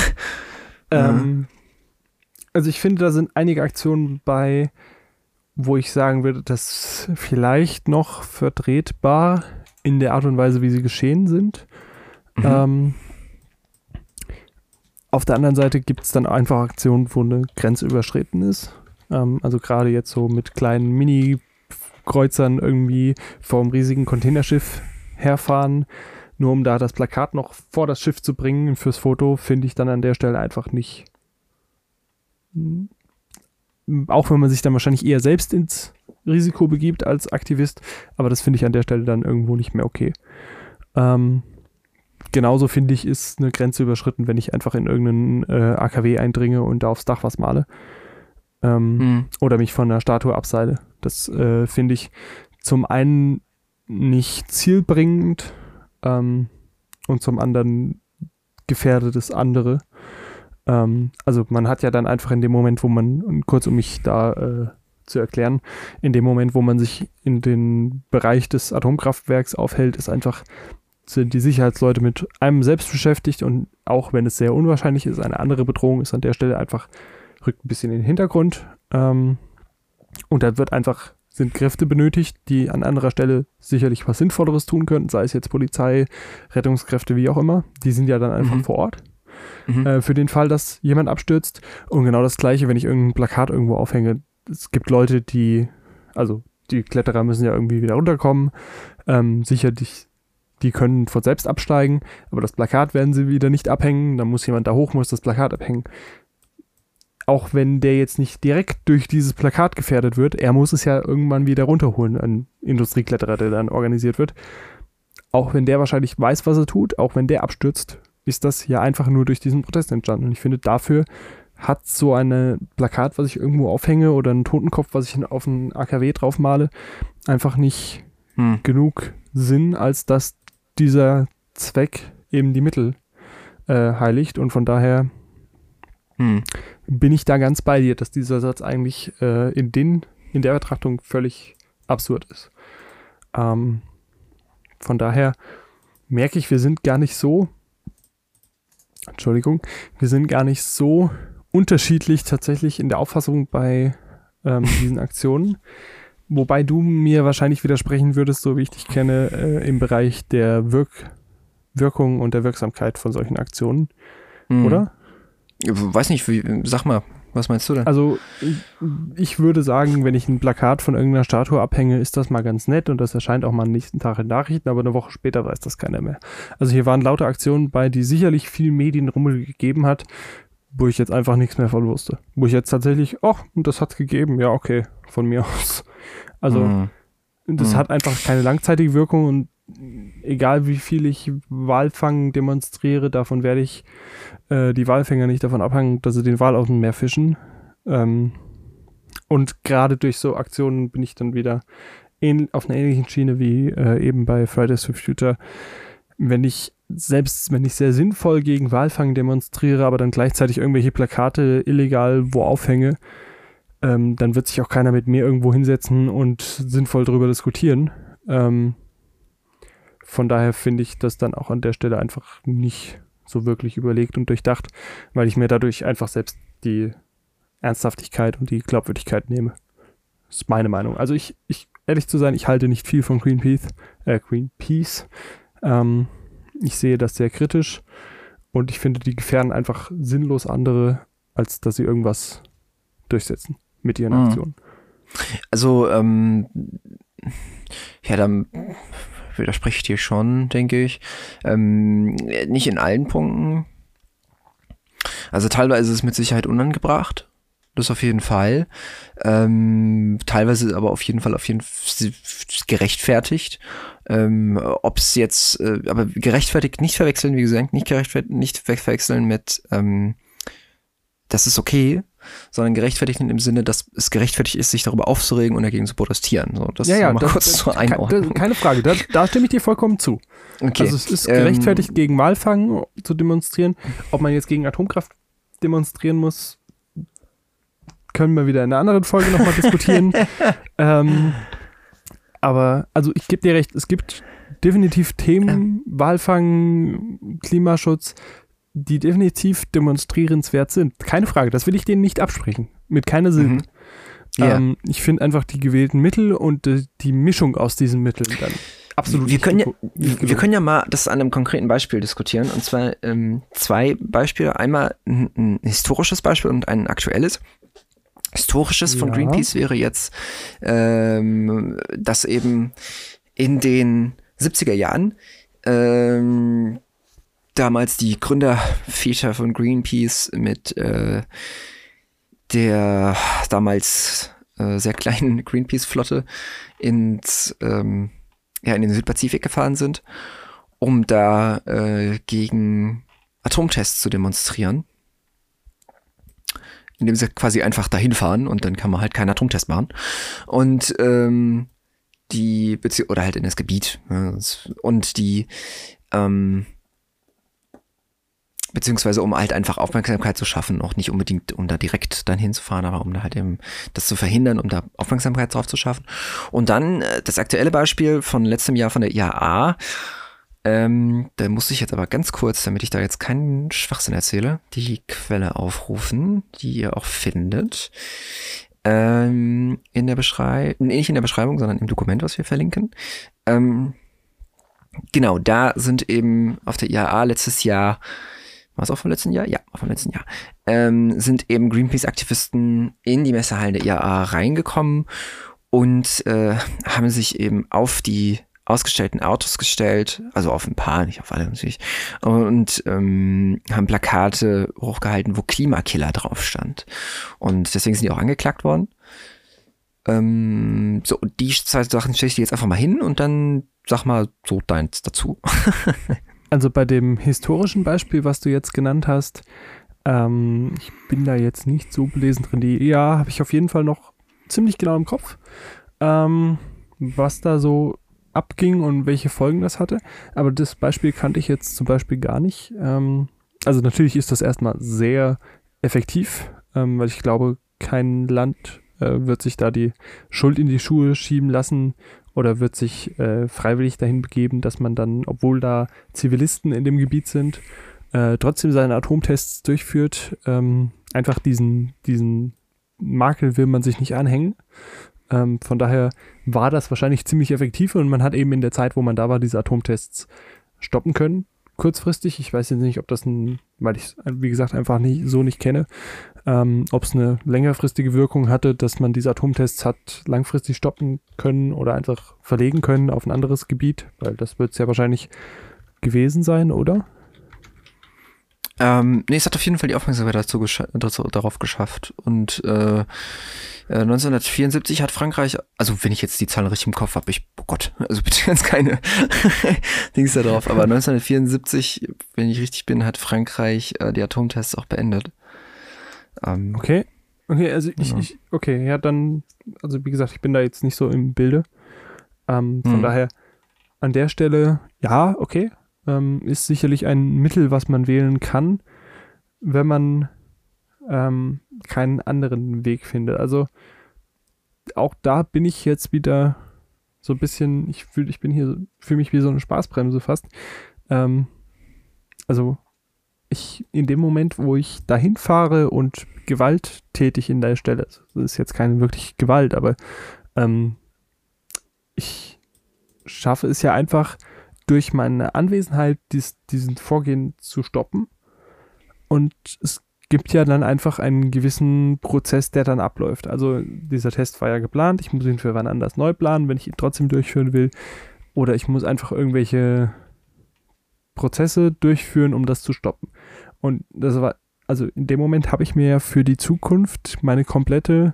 Also ich finde, da sind einige Aktionen bei, wo ich sagen würde, das vielleicht noch vertretbar in der Art und Weise, wie sie geschehen sind. Auf der anderen Seite gibt es dann einfach Aktionen, wo eine Grenze überschritten ist. Also gerade jetzt so mit kleinen Mini-Kreuzern irgendwie vor einem riesigen Containerschiff herfahren, nur um da das Plakat noch vor das Schiff zu bringen fürs Foto, finde ich dann an der Stelle einfach nicht. Auch wenn man sich dann wahrscheinlich eher selbst ins Risiko begibt als Aktivist, aber das finde ich an der Stelle dann irgendwo nicht mehr okay. Genauso finde ich, ist eine Grenze überschritten, wenn ich einfach in irgendeinen AKW eindringe und da aufs Dach was male. Oder mich von einer Statue abseile. Das finde ich zum einen nicht zielbringend und zum anderen gefährdet das andere. Also man hat ja dann einfach in dem Moment, wo man, kurz um mich da zu erklären, in dem Moment, wo man sich in den Bereich des Atomkraftwerks aufhält, sind die Sicherheitsleute mit einem selbst beschäftigt und auch wenn es sehr unwahrscheinlich ist, eine andere Bedrohung ist an der Stelle rückt ein bisschen in den Hintergrund und da sind Kräfte benötigt, die an anderer Stelle sicherlich was Sinnvolleres tun könnten, sei es jetzt Polizei, Rettungskräfte, wie auch immer. Die sind ja dann einfach vor Ort. Für den Fall, dass jemand abstürzt. Und genau das Gleiche, wenn ich irgendein Plakat irgendwo aufhänge. Es gibt Leute, die Kletterer müssen ja irgendwie wieder runterkommen. Sicherlich die können von selbst absteigen, aber das Plakat werden sie wieder nicht abhängen, dann muss jemand da hoch, muss das Plakat abhängen. Auch wenn der jetzt nicht direkt durch dieses Plakat gefährdet wird, er muss es ja irgendwann wieder runterholen, ein Industriekletterer, der dann organisiert wird. Auch wenn der wahrscheinlich weiß, was er tut, auch wenn der abstürzt, ist das ja einfach nur durch diesen Protest entstanden. Und ich finde, dafür hat so ein Plakat, was ich irgendwo aufhänge oder einen Totenkopf, was ich auf ein AKW draufmale, einfach nicht genug Sinn, als dass dieser Zweck eben die Mittel heiligt. Und von daher bin ich da ganz bei dir, dass dieser Satz eigentlich in der Betrachtung völlig absurd ist. Von daher merke ich, wir sind gar nicht so unterschiedlich tatsächlich in der Auffassung bei diesen Aktionen. Wobei du mir wahrscheinlich widersprechen würdest, so wie ich dich kenne, im Bereich der Wirkung und der Wirksamkeit von solchen Aktionen, oder? Weiß nicht, sag mal, was meinst du denn? Also ich würde sagen, wenn ich ein Plakat von irgendeiner Statue abhänge, ist das mal ganz nett und das erscheint auch mal am nächsten Tag in Nachrichten, aber eine Woche später weiß das keiner mehr. Also hier waren lauter Aktionen bei, die sicherlich viel Medienrummel gegeben hat, wo ich jetzt einfach nichts mehr von wusste. Wo ich jetzt tatsächlich, das hat's gegeben, ja okay, von mir aus. Also das hat einfach keine langzeitige Wirkung und egal wie viel ich Walfang demonstriere, davon werde ich die Walfänger nicht davon abhängen, dass sie den Wal aus dem Meer fischen. Und gerade durch so Aktionen bin ich dann wieder auf einer ähnlichen Schiene wie eben bei Fridays for Future. Wenn ich sehr sinnvoll gegen Walfang demonstriere, aber dann gleichzeitig irgendwelche Plakate illegal wo aufhänge, dann wird sich auch keiner mit mir irgendwo hinsetzen und sinnvoll darüber diskutieren. Von daher finde ich das dann auch an der Stelle einfach nicht so wirklich überlegt und durchdacht, weil ich mir dadurch einfach selbst die Ernsthaftigkeit und die Glaubwürdigkeit nehme. Das ist meine Meinung. Also ich ehrlich zu sein, ich halte nicht viel von Greenpeace. Ich sehe das sehr kritisch und ich finde, die gefährden einfach sinnlos andere, als dass sie irgendwas durchsetzen mit ihren Aktionen. Also, dann widerspreche ich dir schon, denke ich. Nicht in allen Punkten. Also teilweise ist es mit Sicherheit unangebracht. Das auf jeden Fall. Teilweise aber auf jeden Fall gerechtfertigt. Ob es jetzt, aber gerechtfertigt nicht verwechseln, wie gesagt, nicht verwechseln mit das ist okay, sondern gerechtfertigt in dem Sinne, dass es gerechtfertigt ist, sich darüber aufzuregen und dagegen zu protestieren. So, das mal kurz zur Einordnung. Keine Frage, da stimme ich dir vollkommen zu. Okay. Also es ist gerechtfertigt, gegen Walfang zu demonstrieren. Ob man jetzt gegen Atomkraft demonstrieren muss, können wir wieder in einer anderen Folge nochmal diskutieren. Aber also ich gebe dir recht, es gibt definitiv Themen, Walfang, Klimaschutz, die definitiv demonstrierenswert sind. Keine Frage, das will ich denen nicht absprechen. Mit keiner Silbe. Ich finde einfach die gewählten Mittel und die Mischung aus diesen Mitteln dann absolut. Wir können ja mal das an einem konkreten Beispiel diskutieren. Und zwar zwei Beispiele. Einmal ein historisches Beispiel und ein aktuelles. Historisches von Greenpeace wäre jetzt, dass eben in den 70er Jahren damals die Gründerväter von Greenpeace mit der damals sehr kleinen Greenpeace-Flotte in den Südpazifik gefahren sind, um da gegen Atomtests zu demonstrieren. Indem sie quasi einfach dahin fahren und dann kann man halt keinen Atomtest machen. Und oder halt in das Gebiet. Und beziehungsweise um halt einfach Aufmerksamkeit zu schaffen, auch nicht unbedingt, um da direkt dann hinzufahren, aber um da halt eben das zu verhindern, um da Aufmerksamkeit drauf zu schaffen. Und dann das aktuelle Beispiel von letztem Jahr von der IAA, da musste ich jetzt aber ganz kurz, damit ich da jetzt keinen Schwachsinn erzähle, die Quelle aufrufen, die ihr auch findet. In der nicht in der Beschreibung, sondern im Dokument, was wir verlinken. Genau, da sind eben auf der IAA letztes Jahr, war es auch vom letzten Jahr? Ja, vom letzten Jahr. Sind eben Greenpeace-Aktivisten in die Messehallen der IAA reingekommen und haben sich eben auf die ausgestellten Autos gestellt, also auf ein paar, nicht auf alle natürlich, und haben Plakate hochgehalten, wo Klimakiller drauf stand. Und deswegen sind die auch angeklagt worden. So, die zwei Sachen stelle ich dir jetzt einfach mal hin und dann sag mal so deins dazu. Also bei dem historischen Beispiel, was du jetzt genannt hast, ich bin da jetzt nicht so belesen drin. Die EA habe ich auf jeden Fall noch ziemlich genau im Kopf, was da so abging und welche Folgen das hatte. Aber das Beispiel kannte ich jetzt zum Beispiel gar nicht. Also natürlich ist das erstmal sehr effektiv, weil ich glaube, kein Land wird sich da die Schuld in die Schuhe schieben lassen oder wird sich freiwillig dahin begeben, dass man dann, obwohl da Zivilisten in dem Gebiet sind, trotzdem seine Atomtests durchführt. Einfach diesen Makel will man sich nicht anhängen. Von daher war das wahrscheinlich ziemlich effektiv und man hat eben in der Zeit, wo man da war, diese Atomtests stoppen können. Kurzfristig, ich weiß jetzt nicht, ob das weil ich es, wie gesagt, einfach nicht kenne, ob es eine längerfristige Wirkung hatte, dass man diese Atomtests hat langfristig stoppen können oder einfach verlegen können auf ein anderes Gebiet, weil das wird es ja wahrscheinlich gewesen sein, oder? Nee, es hat auf jeden Fall die Aufmerksamkeit darauf geschafft. Und 1974 hat Frankreich, also wenn ich jetzt die Zahlen richtig im Kopf habe, oh Gott, also bitte jetzt keine Dings da drauf, aber 1974, wenn ich richtig bin, hat Frankreich die Atomtests auch beendet. Okay, also okay, ja dann, also wie gesagt, ich bin da jetzt nicht so im Bilde. Von daher an der Stelle, ja, okay, ist sicherlich ein Mittel, was man wählen kann, wenn man keinen anderen Weg findet. Also auch da bin ich jetzt wieder so ein bisschen, ich fühle mich wie so eine Spaßbremse fast. Also in dem Moment, wo ich dahin fahre und gewalttätig in der Stelle, das ist jetzt keine wirklich Gewalt, aber ich schaffe es ja einfach durch meine Anwesenheit diesen Vorgehen zu stoppen. Und es gibt ja dann einfach einen gewissen Prozess, der dann abläuft. Also dieser Test war ja geplant, ich muss ihn für wann anders neu planen, wenn ich ihn trotzdem durchführen will. Oder ich muss einfach irgendwelche Prozesse durchführen, um das zu stoppen. Und das war, also in dem Moment habe ich mir ja für die Zukunft mein komplettes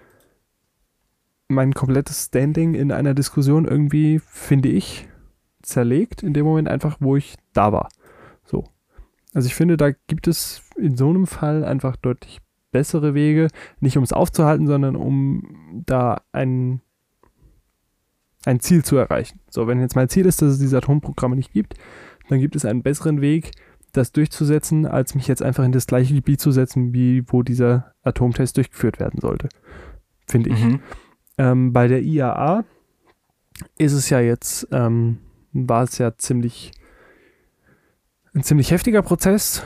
Standing in einer Diskussion irgendwie, finde ich, zerlegt, in dem Moment einfach, wo ich da war. So. Also ich finde, da gibt es in so einem Fall einfach deutlich bessere Wege, nicht um es aufzuhalten, sondern um da ein Ziel zu erreichen. So, wenn jetzt mein Ziel ist, dass es diese Atomprogramme nicht gibt, dann gibt es einen besseren Weg, das durchzusetzen, als mich jetzt einfach in das gleiche Gebiet zu setzen, wie wo dieser Atomtest durchgeführt werden sollte. Finde ich. Bei der IAA ist es ja jetzt war es ja ein ziemlich heftiger Protest,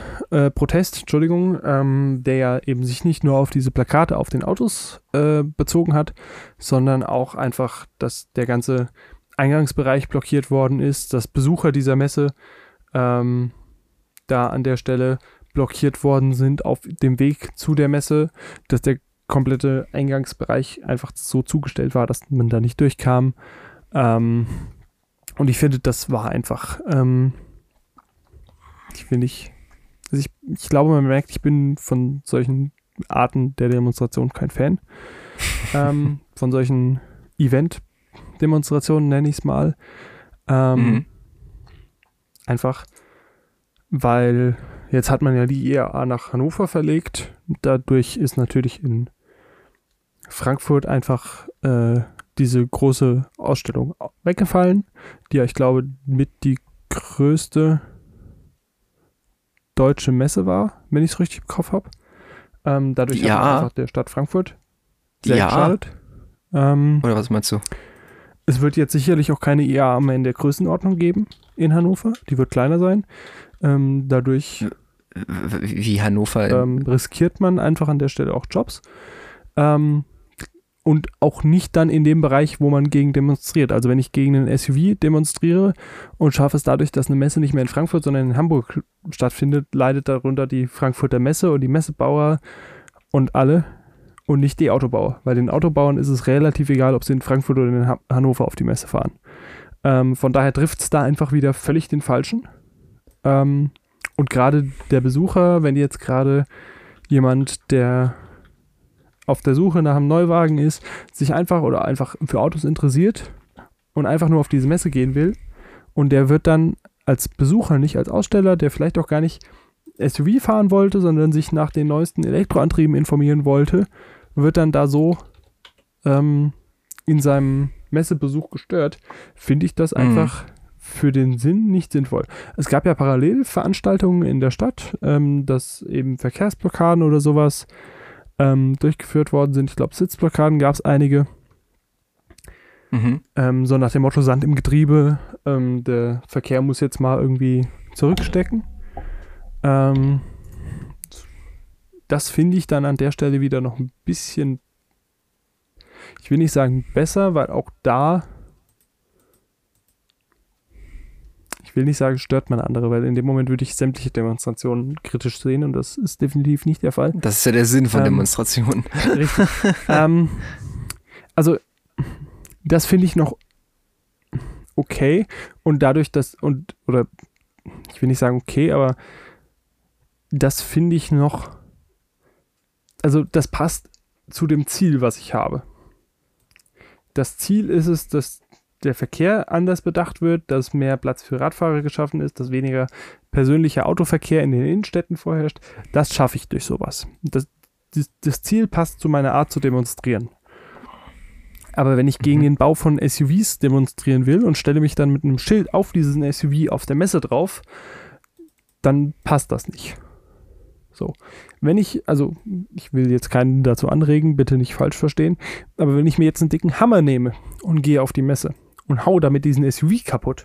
der ja eben sich nicht nur auf diese Plakate auf den Autos bezogen hat, sondern auch einfach, dass der ganze Eingangsbereich blockiert worden ist, dass Besucher dieser Messe da an der Stelle blockiert worden sind auf dem Weg zu der Messe, dass der komplette Eingangsbereich einfach so zugestellt war, dass man da nicht durchkam. Und ich finde, das war einfach, ich glaube, man merkt, ich bin von solchen Arten der Demonstration kein Fan. Von solchen Event-Demonstrationen nenne ich es mal. Einfach, weil jetzt hat man ja die IAA nach Hannover verlegt. Dadurch ist natürlich in Frankfurt einfach diese große Ausstellung weggefallen, die ja, ich glaube, mit die größte deutsche Messe war, wenn ich es richtig im Kopf habe. Dadurch hat man einfach der Stadt Frankfurt sehr geschadet. Oder was meinst du? Es wird jetzt sicherlich auch keine IAA mehr in der Größenordnung geben in Hannover. Die wird kleiner sein. Dadurch wie Hannover riskiert man einfach an der Stelle auch Jobs. Und auch nicht dann in dem Bereich, wo man gegen demonstriert. Also wenn ich gegen einen SUV demonstriere und schaffe es dadurch, dass eine Messe nicht mehr in Frankfurt, sondern in Hamburg stattfindet, leidet darunter die Frankfurter Messe und die Messebauer und alle und nicht die Autobauer. Weil den Autobauern ist es relativ egal, ob sie in Frankfurt oder in Hannover auf die Messe fahren. Von daher trifft es da einfach wieder völlig den Falschen. Und gerade der Besucher, wenn jetzt gerade jemand, der auf der Suche nach einem Neuwagen ist, sich einfach für Autos interessiert und einfach nur auf diese Messe gehen will und der wird dann als Besucher, nicht als Aussteller, der vielleicht auch gar nicht SUV fahren wollte, sondern sich nach den neuesten Elektroantrieben informieren wollte, wird dann da so in seinem Messebesuch gestört, finde ich das einfach für den Sinn nicht sinnvoll. Es gab ja Parallelveranstaltungen in der Stadt, dass eben Verkehrsblockaden oder sowas durchgeführt worden sind. Ich glaube, Sitzblockaden gab es einige. So nach dem Motto Sand im Getriebe, der Verkehr muss jetzt mal irgendwie zurückstecken. Das finde ich dann an der Stelle wieder noch ein bisschen, ich will nicht sagen besser, weil auch da, ich will nicht sagen, stört man andere, weil in dem Moment würde ich sämtliche Demonstrationen kritisch sehen und das ist definitiv nicht der Fall. Das ist ja der Sinn von Demonstrationen. Richtig. Also, das finde ich noch okay und dadurch, oder ich will nicht sagen okay, aber das finde ich noch, also das passt zu dem Ziel, was ich habe. Das Ziel ist es, dass der Verkehr anders bedacht wird, dass mehr Platz für Radfahrer geschaffen ist, dass weniger persönlicher Autoverkehr in den Innenstädten vorherrscht. Das schaffe ich durch sowas. Das Ziel passt zu meiner Art zu demonstrieren. Aber wenn ich gegen den Bau von SUVs demonstrieren will und stelle mich dann mit einem Schild auf diesen SUV auf der Messe drauf, dann passt das nicht. So. Ich will jetzt keinen dazu anregen, bitte nicht falsch verstehen, aber wenn ich mir jetzt einen dicken Hammer nehme und gehe auf die Messe und hau damit diesen SUV kaputt,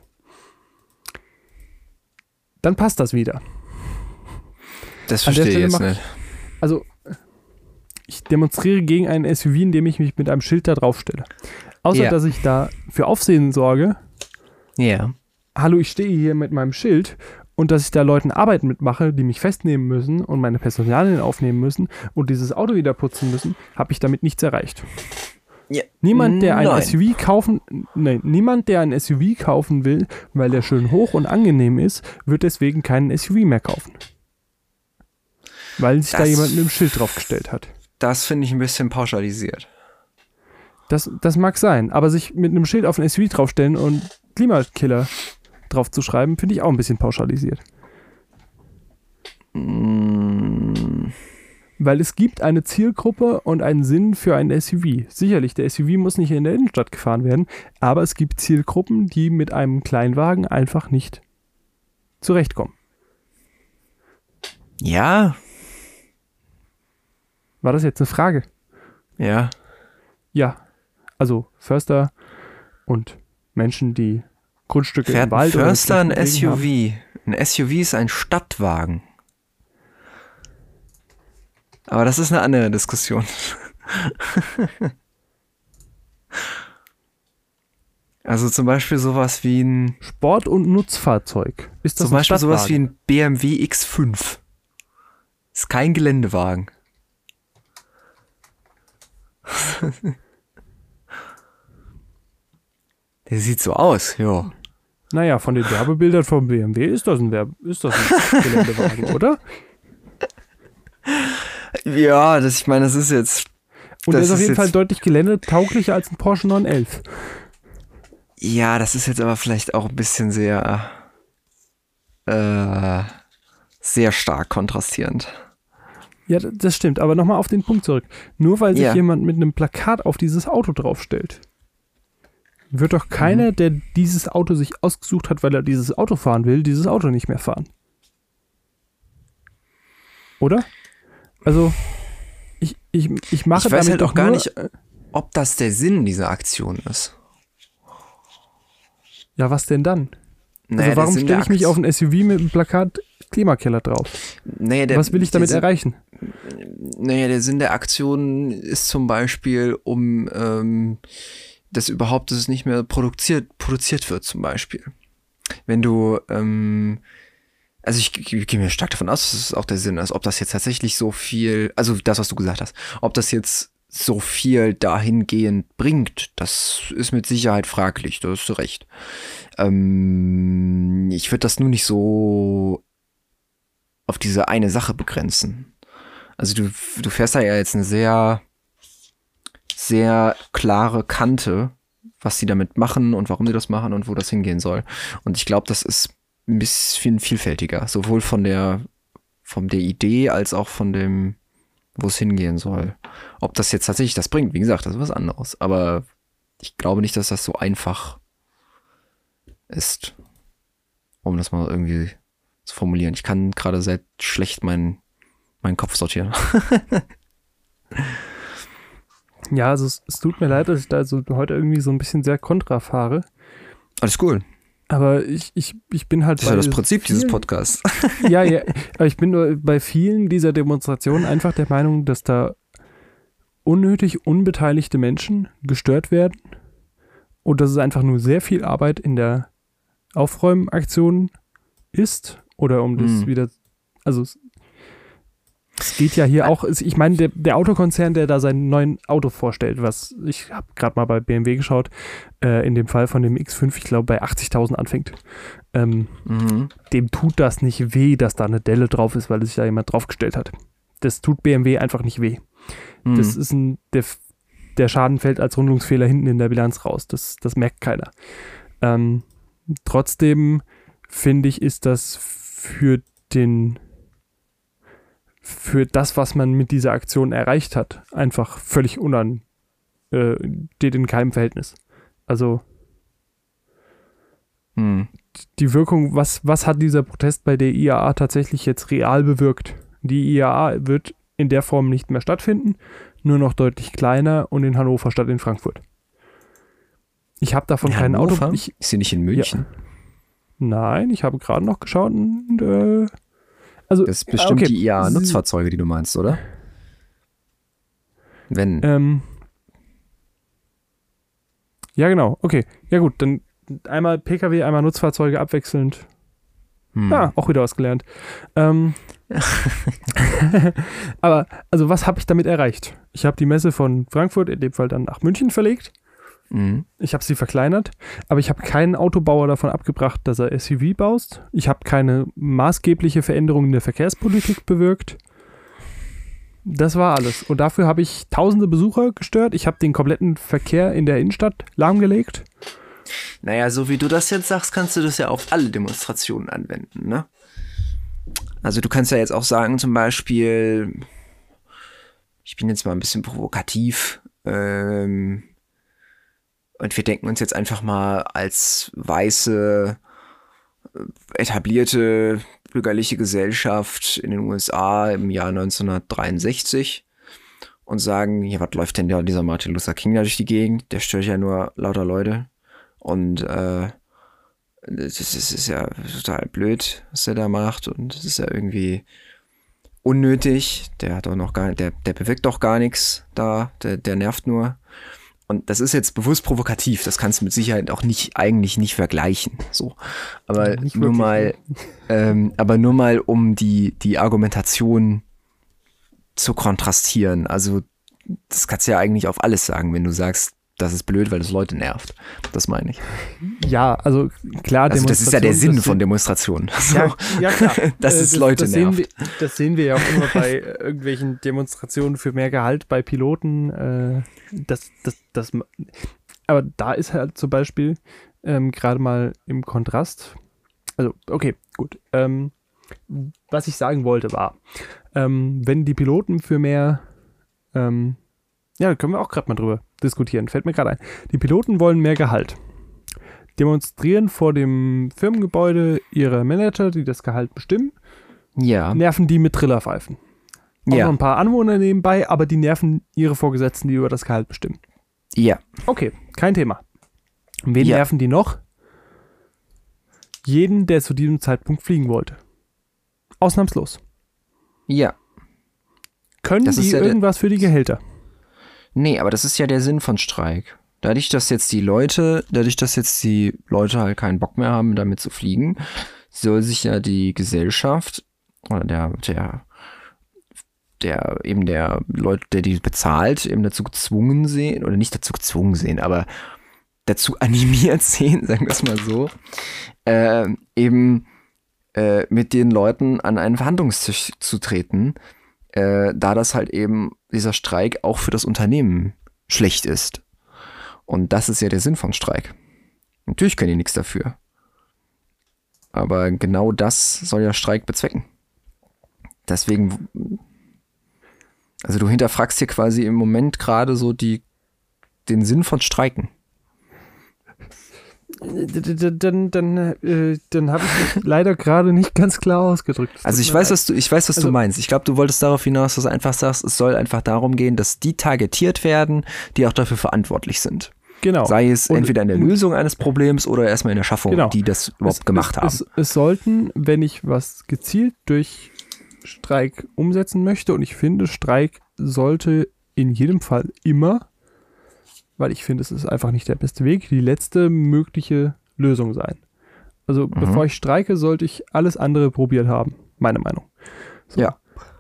dann passt das wieder. Das verstehe ich jetzt nicht. Also, ich demonstriere gegen einen SUV, indem ich mich mit einem Schild da drauf stelle. Außer, dass ich da für Aufsehen sorge. Ja. Hallo, ich stehe hier mit meinem Schild und dass ich da Leuten Arbeit mitmache, die mich festnehmen müssen und meine Personalien aufnehmen müssen und dieses Auto wieder putzen müssen, habe ich damit nichts erreicht. Ja. Niemand, der ein SUV kaufen will, weil der schön hoch und angenehm ist, wird deswegen keinen SUV mehr kaufen. Weil sich da jemand mit dem Schild draufgestellt hat. Das finde ich ein bisschen pauschalisiert. Das mag sein, aber sich mit einem Schild auf ein SUV draufstellen und Klimakiller drauf zu schreiben, finde ich auch ein bisschen pauschalisiert. Weil es gibt eine Zielgruppe und einen Sinn für ein SUV. Sicherlich, der SUV muss nicht in der Innenstadt gefahren werden, aber es gibt Zielgruppen, die mit einem Kleinwagen einfach nicht zurechtkommen. Ja. War das jetzt eine Frage? Ja. Ja. Also Förster und Menschen, die Grundstücke im Wald oder Förster ein SUV. Haben. Ein SUV ist ein Stadtwagen. Aber das ist eine andere Diskussion. Also zum Beispiel sowas wie ein Sport- und Nutzfahrzeug. Ist das zum Beispiel sowas wie ein BMW X5. Ist kein Geländewagen. Der sieht so aus, jo. Naja, von den Werbebildern vom BMW ist das ein Geländewagen, oder? Ja, ich meine, das ist jetzt... Und der ist auf jeden Fall deutlich geländetauglicher als ein Porsche 911. Ja, das ist jetzt aber vielleicht auch ein bisschen sehr stark kontrastierend. Ja, das stimmt, aber nochmal auf den Punkt zurück. Nur weil sich jemand mit einem Plakat auf dieses Auto draufstellt, wird doch keiner, der dieses Auto sich ausgesucht hat, weil er dieses Auto fahren will, dieses Auto nicht mehr fahren. Oder? Also, ich mache ich weiß damit halt doch auch gar nicht, ob das der Sinn dieser Aktion ist. Ja, was denn dann? Naja, also warum stelle ich mich auf ein SUV mit einem Plakat Klimakiller drauf? Naja, was will ich damit erreichen? Naja, der Sinn der Aktion ist zum Beispiel, dass es nicht mehr produziert wird zum Beispiel. Wenn du, also ich gehe mir stark davon aus, dass es auch der Sinn ist, ob das jetzt tatsächlich so viel, also das, was du gesagt hast, ob das jetzt so viel dahingehend bringt, das ist mit Sicherheit fraglich, da hast du recht. Ich würde das nur nicht so auf diese eine Sache begrenzen. Also du fährst da ja jetzt eine sehr, sehr klare Kante, was sie damit machen und warum sie das machen und wo das hingehen soll. Und ich glaube, das ist ein bisschen vielfältiger, sowohl von der Idee als auch von dem, wo es hingehen soll. Ob das jetzt tatsächlich das bringt, wie gesagt, das ist was anderes. Aber ich glaube nicht, dass das so einfach ist, um das mal irgendwie zu formulieren. Ich kann gerade sehr schlecht meinen Kopf sortieren. Ja, also es tut mir leid, dass ich da so heute irgendwie so ein bisschen sehr kontra fahre. Alles cool. Aber ich bin halt das ist ja das Prinzip dieses Podcasts. Ja, aber ich bin nur bei vielen dieser Demonstrationen einfach der Meinung, dass da unnötig unbeteiligte Menschen gestört werden und dass es einfach nur sehr viel Arbeit in der Aufräumaktion ist oder um das wieder, also es geht ja hier auch, ich meine, der Autokonzern, der da sein neuen Auto vorstellt, was ich habe gerade mal bei BMW geschaut, in dem Fall von dem X5, ich glaube, bei 80.000 anfängt. Dem tut das nicht weh, dass da eine Delle drauf ist, weil sich da jemand draufgestellt hat. Das tut BMW einfach nicht weh. Das ist der Schaden fällt als Rundungsfehler hinten in der Bilanz raus. Das merkt keiner. Trotzdem finde ich, ist das für das, was man mit dieser Aktion erreicht hat, einfach völlig steht in keinem Verhältnis. Also die Wirkung, was hat dieser Protest bei der IAA tatsächlich jetzt real bewirkt? Die IAA wird in der Form nicht mehr stattfinden, nur noch deutlich kleiner und in Hannover statt in Frankfurt. Ich habe davon in kein Hannover? Auto. Ist sie nicht in München? Ja. Nein, ich habe gerade noch geschaut und also, das ist bestimmt die IAA-Nutzfahrzeuge, die du meinst, oder? Wenn. Ja, genau. Okay. Ja gut, dann einmal PKW, einmal Nutzfahrzeuge abwechselnd. Auch wieder was gelernt. Aber, also was habe ich damit erreicht? Ich habe die Messe von Frankfurt, in dem Fall dann nach München verlegt. Ich habe sie verkleinert, aber ich habe keinen Autobauer davon abgebracht, dass er SUV baust. Ich habe keine maßgebliche Veränderung in der Verkehrspolitik bewirkt. Das war alles. Und dafür habe ich tausende Besucher gestört. Ich habe den kompletten Verkehr in der Innenstadt lahmgelegt. Naja, so wie du das jetzt sagst, kannst du das ja auf alle Demonstrationen anwenden, ne? Also du kannst ja jetzt auch sagen, zum Beispiel, ich bin jetzt mal ein bisschen provokativ, und wir denken uns jetzt einfach mal als weiße, etablierte bürgerliche Gesellschaft in den USA im Jahr 1963 und sagen, ja, was läuft denn dieser Martin Luther King da durch die Gegend? Der stört ja nur lauter Leute. Und das ist ja total blöd, was der da macht. Und das ist ja irgendwie unnötig. Der hat auch noch der bewirkt doch gar nichts da. Der nervt nur. Und das ist jetzt bewusst provokativ, das kannst du mit Sicherheit auch eigentlich nicht vergleichen. So. Aber nicht nur mal, um die Argumentation zu kontrastieren. Also, das kannst du ja eigentlich auf alles sagen, wenn du sagst, das ist blöd, weil das Leute nervt. Das meine ich. Ja, also klar, also das ist ja der Sinn von Demonstrationen. Ja, klar. Dass es Leute nervt. Das sehen wir ja auch immer bei irgendwelchen Demonstrationen für mehr Gehalt bei Piloten. Aber da ist halt zum Beispiel gerade mal im Kontrast, also okay, gut. Was ich sagen wollte war, wenn die Piloten für mehr, ja, da können wir auch gerade mal drüber diskutieren, fällt mir gerade ein. Die Piloten wollen mehr Gehalt. Demonstrieren vor dem Firmengebäude ihre Manager, die das Gehalt bestimmen. Ja. Nerven die mit Trillerpfeifen. Auch noch ein paar Anwohner nebenbei, aber die nerven ihre Vorgesetzten, die über das Gehalt bestimmen. Ja. Okay, kein Thema. Und wen nerven die noch? Jeden, der zu diesem Zeitpunkt fliegen wollte. Ausnahmslos. Ja. Können die irgendwas für die Gehälter? Nee, aber das ist ja der Sinn von Streik. Dadurch, dass jetzt die Leute halt keinen Bock mehr haben, damit zu fliegen, soll sich ja die Gesellschaft oder der der Leute, der die bezahlt, eben dazu gezwungen sehen, oder nicht dazu gezwungen sehen, aber dazu animiert sehen, sagen wir es mal so, eben mit den Leuten an einen Verhandlungstisch zu treten, da das halt eben dieser Streik auch für das Unternehmen schlecht ist. Und das ist ja der Sinn von Streik. Natürlich können die nichts dafür. Aber genau das soll ja Streik bezwecken. Deswegen, also du hinterfragst hier quasi im Moment gerade so den Sinn von Streiken. Dann habe ich mich leider gerade nicht ganz klar ausgedrückt. Also ich weiß, was du meinst. Ich glaube, du wolltest darauf hinaus, dass du einfach sagst, es soll einfach darum gehen, dass die targetiert werden, die auch dafür verantwortlich sind. Genau. Sei es entweder in der Lösung eines Problems oder erstmal in der Schaffung, die das überhaupt gemacht haben. Es sollten, wenn ich was gezielt durch Streik umsetzen möchte, und ich finde, Streik sollte in jedem Fall immer, weil ich finde, es ist einfach nicht der beste Weg, die letzte mögliche Lösung sein. Also bevor ich streike, sollte ich alles andere probiert haben, meine Meinung. So. Ja.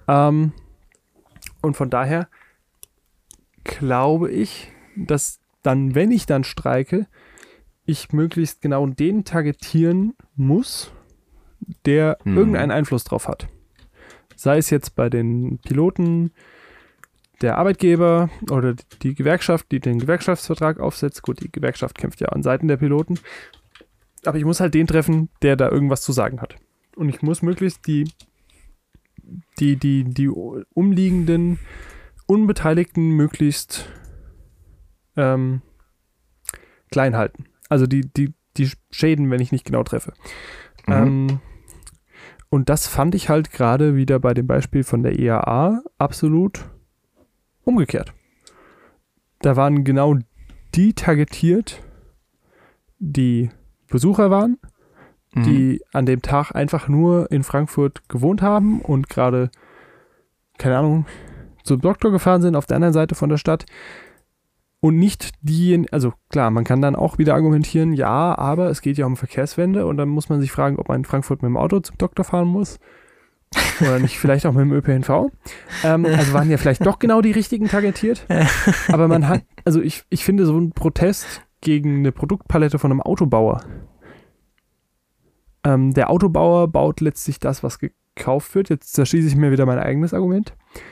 Und von daher glaube ich, dass dann, wenn ich dann streike, ich möglichst genau den targetieren muss, der irgendeinen Einfluss drauf hat. Sei es jetzt bei den Piloten, der Arbeitgeber oder die Gewerkschaft, die den Gewerkschaftsvertrag aufsetzt. Gut, die Gewerkschaft kämpft ja an Seiten der Piloten. Aber ich muss halt den treffen, der da irgendwas zu sagen hat. Und ich muss möglichst die umliegenden Unbeteiligten möglichst klein halten. Also die Schäden, wenn ich nicht genau treffe. Und das fand ich halt gerade wieder bei dem Beispiel von der IAA absolut umgekehrt. Da waren genau die targetiert, die Besucher waren, die an dem Tag einfach nur in Frankfurt gewohnt haben und gerade, keine Ahnung, zum Doktor gefahren sind auf der anderen Seite von der Stadt. Und nicht diejenigen, also klar, man kann dann auch wieder argumentieren, ja, aber es geht ja um Verkehrswende und dann muss man sich fragen, ob man in Frankfurt mit dem Auto zum Doktor fahren muss oder nicht vielleicht auch mit dem ÖPNV. Also waren ja vielleicht doch genau die richtigen targetiert. Aber man hat, also ich finde so ein Protest gegen eine Produktpalette von einem Autobauer. Der Autobauer baut letztlich das, was gekauft wird. Jetzt zerschieße ich mir wieder mein eigenes Argument.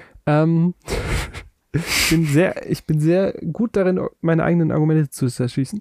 Ich bin sehr gut darin, meine eigenen Argumente zu zerschießen.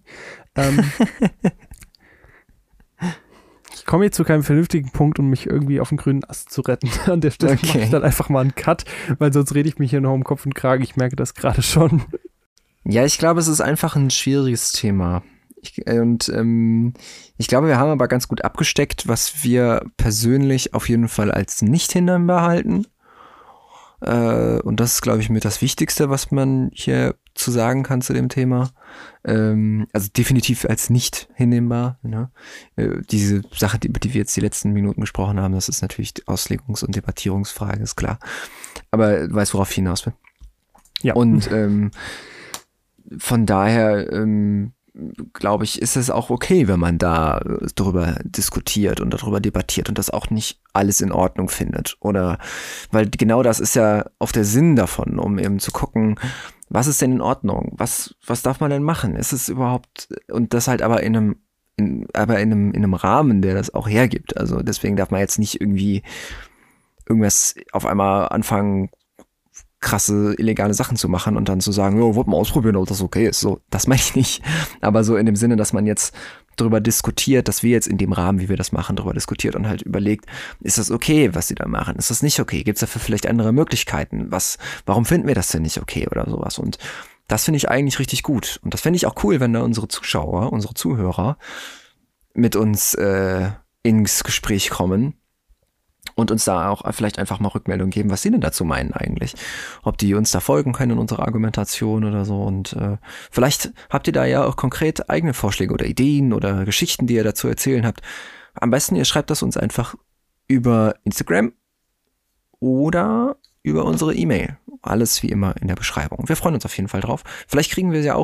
Ich komme jetzt zu keinem vernünftigen Punkt, um mich irgendwie auf den grünen Ast zu retten. An der Stelle mache ich dann einfach mal einen Cut, weil sonst rede ich mich hier noch um Kopf und Kragen. Ich merke das gerade schon. Ja, ich glaube, es ist einfach ein schwieriges Thema. Ich glaube, wir haben aber ganz gut abgesteckt, was wir persönlich auf jeden Fall als nicht hinnehmbar halten. Und das ist, glaube ich, mit das Wichtigste, was man hier zu sagen kann zu dem Thema. Also definitiv als nicht hinnehmbar. Ne? Diese Sache, über die wir jetzt die letzten Minuten gesprochen haben, das ist natürlich die Auslegungs- und Debattierungsfrage, ist klar. Aber du weißt, worauf ich hinaus will. Ja. Und von daher glaube ich, ist es auch okay, wenn man da darüber diskutiert und darüber debattiert und das auch nicht alles in Ordnung findet. Oder, weil genau das ist ja auch der Sinn davon, um eben zu gucken, was ist denn in Ordnung? Was darf man denn machen? Ist es überhaupt, und das halt aber in einem Rahmen, der das auch hergibt. Also deswegen darf man jetzt nicht irgendwie irgendwas auf einmal anfangen, krasse, illegale Sachen zu machen und dann zu sagen, ja, wollen wir mal ausprobieren, ob das okay ist. So, das meine ich nicht. Aber so in dem Sinne, dass man jetzt darüber diskutiert, dass wir jetzt in dem Rahmen, wie wir das machen, darüber diskutiert und halt überlegt, ist das okay, was sie da machen? Ist das nicht okay? Gibt es dafür vielleicht andere Möglichkeiten? Warum finden wir das denn nicht okay oder sowas? Und das finde ich eigentlich richtig gut. Und das finde ich auch cool, wenn da unsere Zuschauer, unsere Zuhörer mit uns ins Gespräch kommen und uns da auch vielleicht einfach mal Rückmeldung geben, was sie denn dazu meinen eigentlich. Ob die uns da folgen können in unserer Argumentation oder so. Und vielleicht habt ihr da ja auch konkret eigene Vorschläge oder Ideen oder Geschichten, die ihr dazu erzählen habt. Am besten, ihr schreibt das uns einfach über Instagram oder über unsere E-Mail. Alles wie immer in der Beschreibung. Wir freuen uns auf jeden Fall drauf. Vielleicht kriegen wir ja auch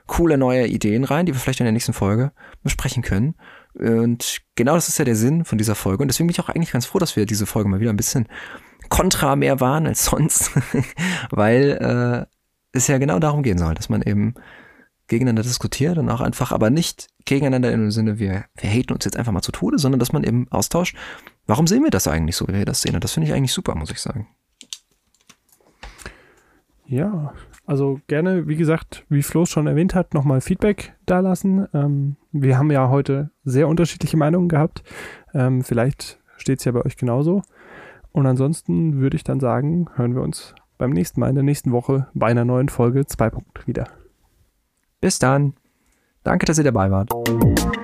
coole neue Ideen rein, die wir vielleicht in der nächsten Folge besprechen können. Und genau das ist ja der Sinn von dieser Folge. Und deswegen bin ich auch eigentlich ganz froh, dass wir diese Folge mal wieder ein bisschen kontra mehr waren als sonst. Weil es ja genau darum gehen soll, dass man eben gegeneinander diskutiert und auch einfach, aber nicht gegeneinander in dem Sinne, wir haten uns jetzt einfach mal zu Tode, sondern dass man eben austauscht, warum sehen wir das eigentlich so, wie wir das sehen? Und das finde ich eigentlich super, muss ich sagen. Ja, also gerne, wie gesagt, wie Flo schon erwähnt hat, nochmal Feedback dalassen. Wir haben ja heute sehr unterschiedliche Meinungen gehabt. Vielleicht steht es ja bei euch genauso. Und ansonsten würde ich dann sagen, hören wir uns beim nächsten Mal in der nächsten Woche bei einer neuen Folge 2. wieder. Bis dann. Danke, dass ihr dabei wart.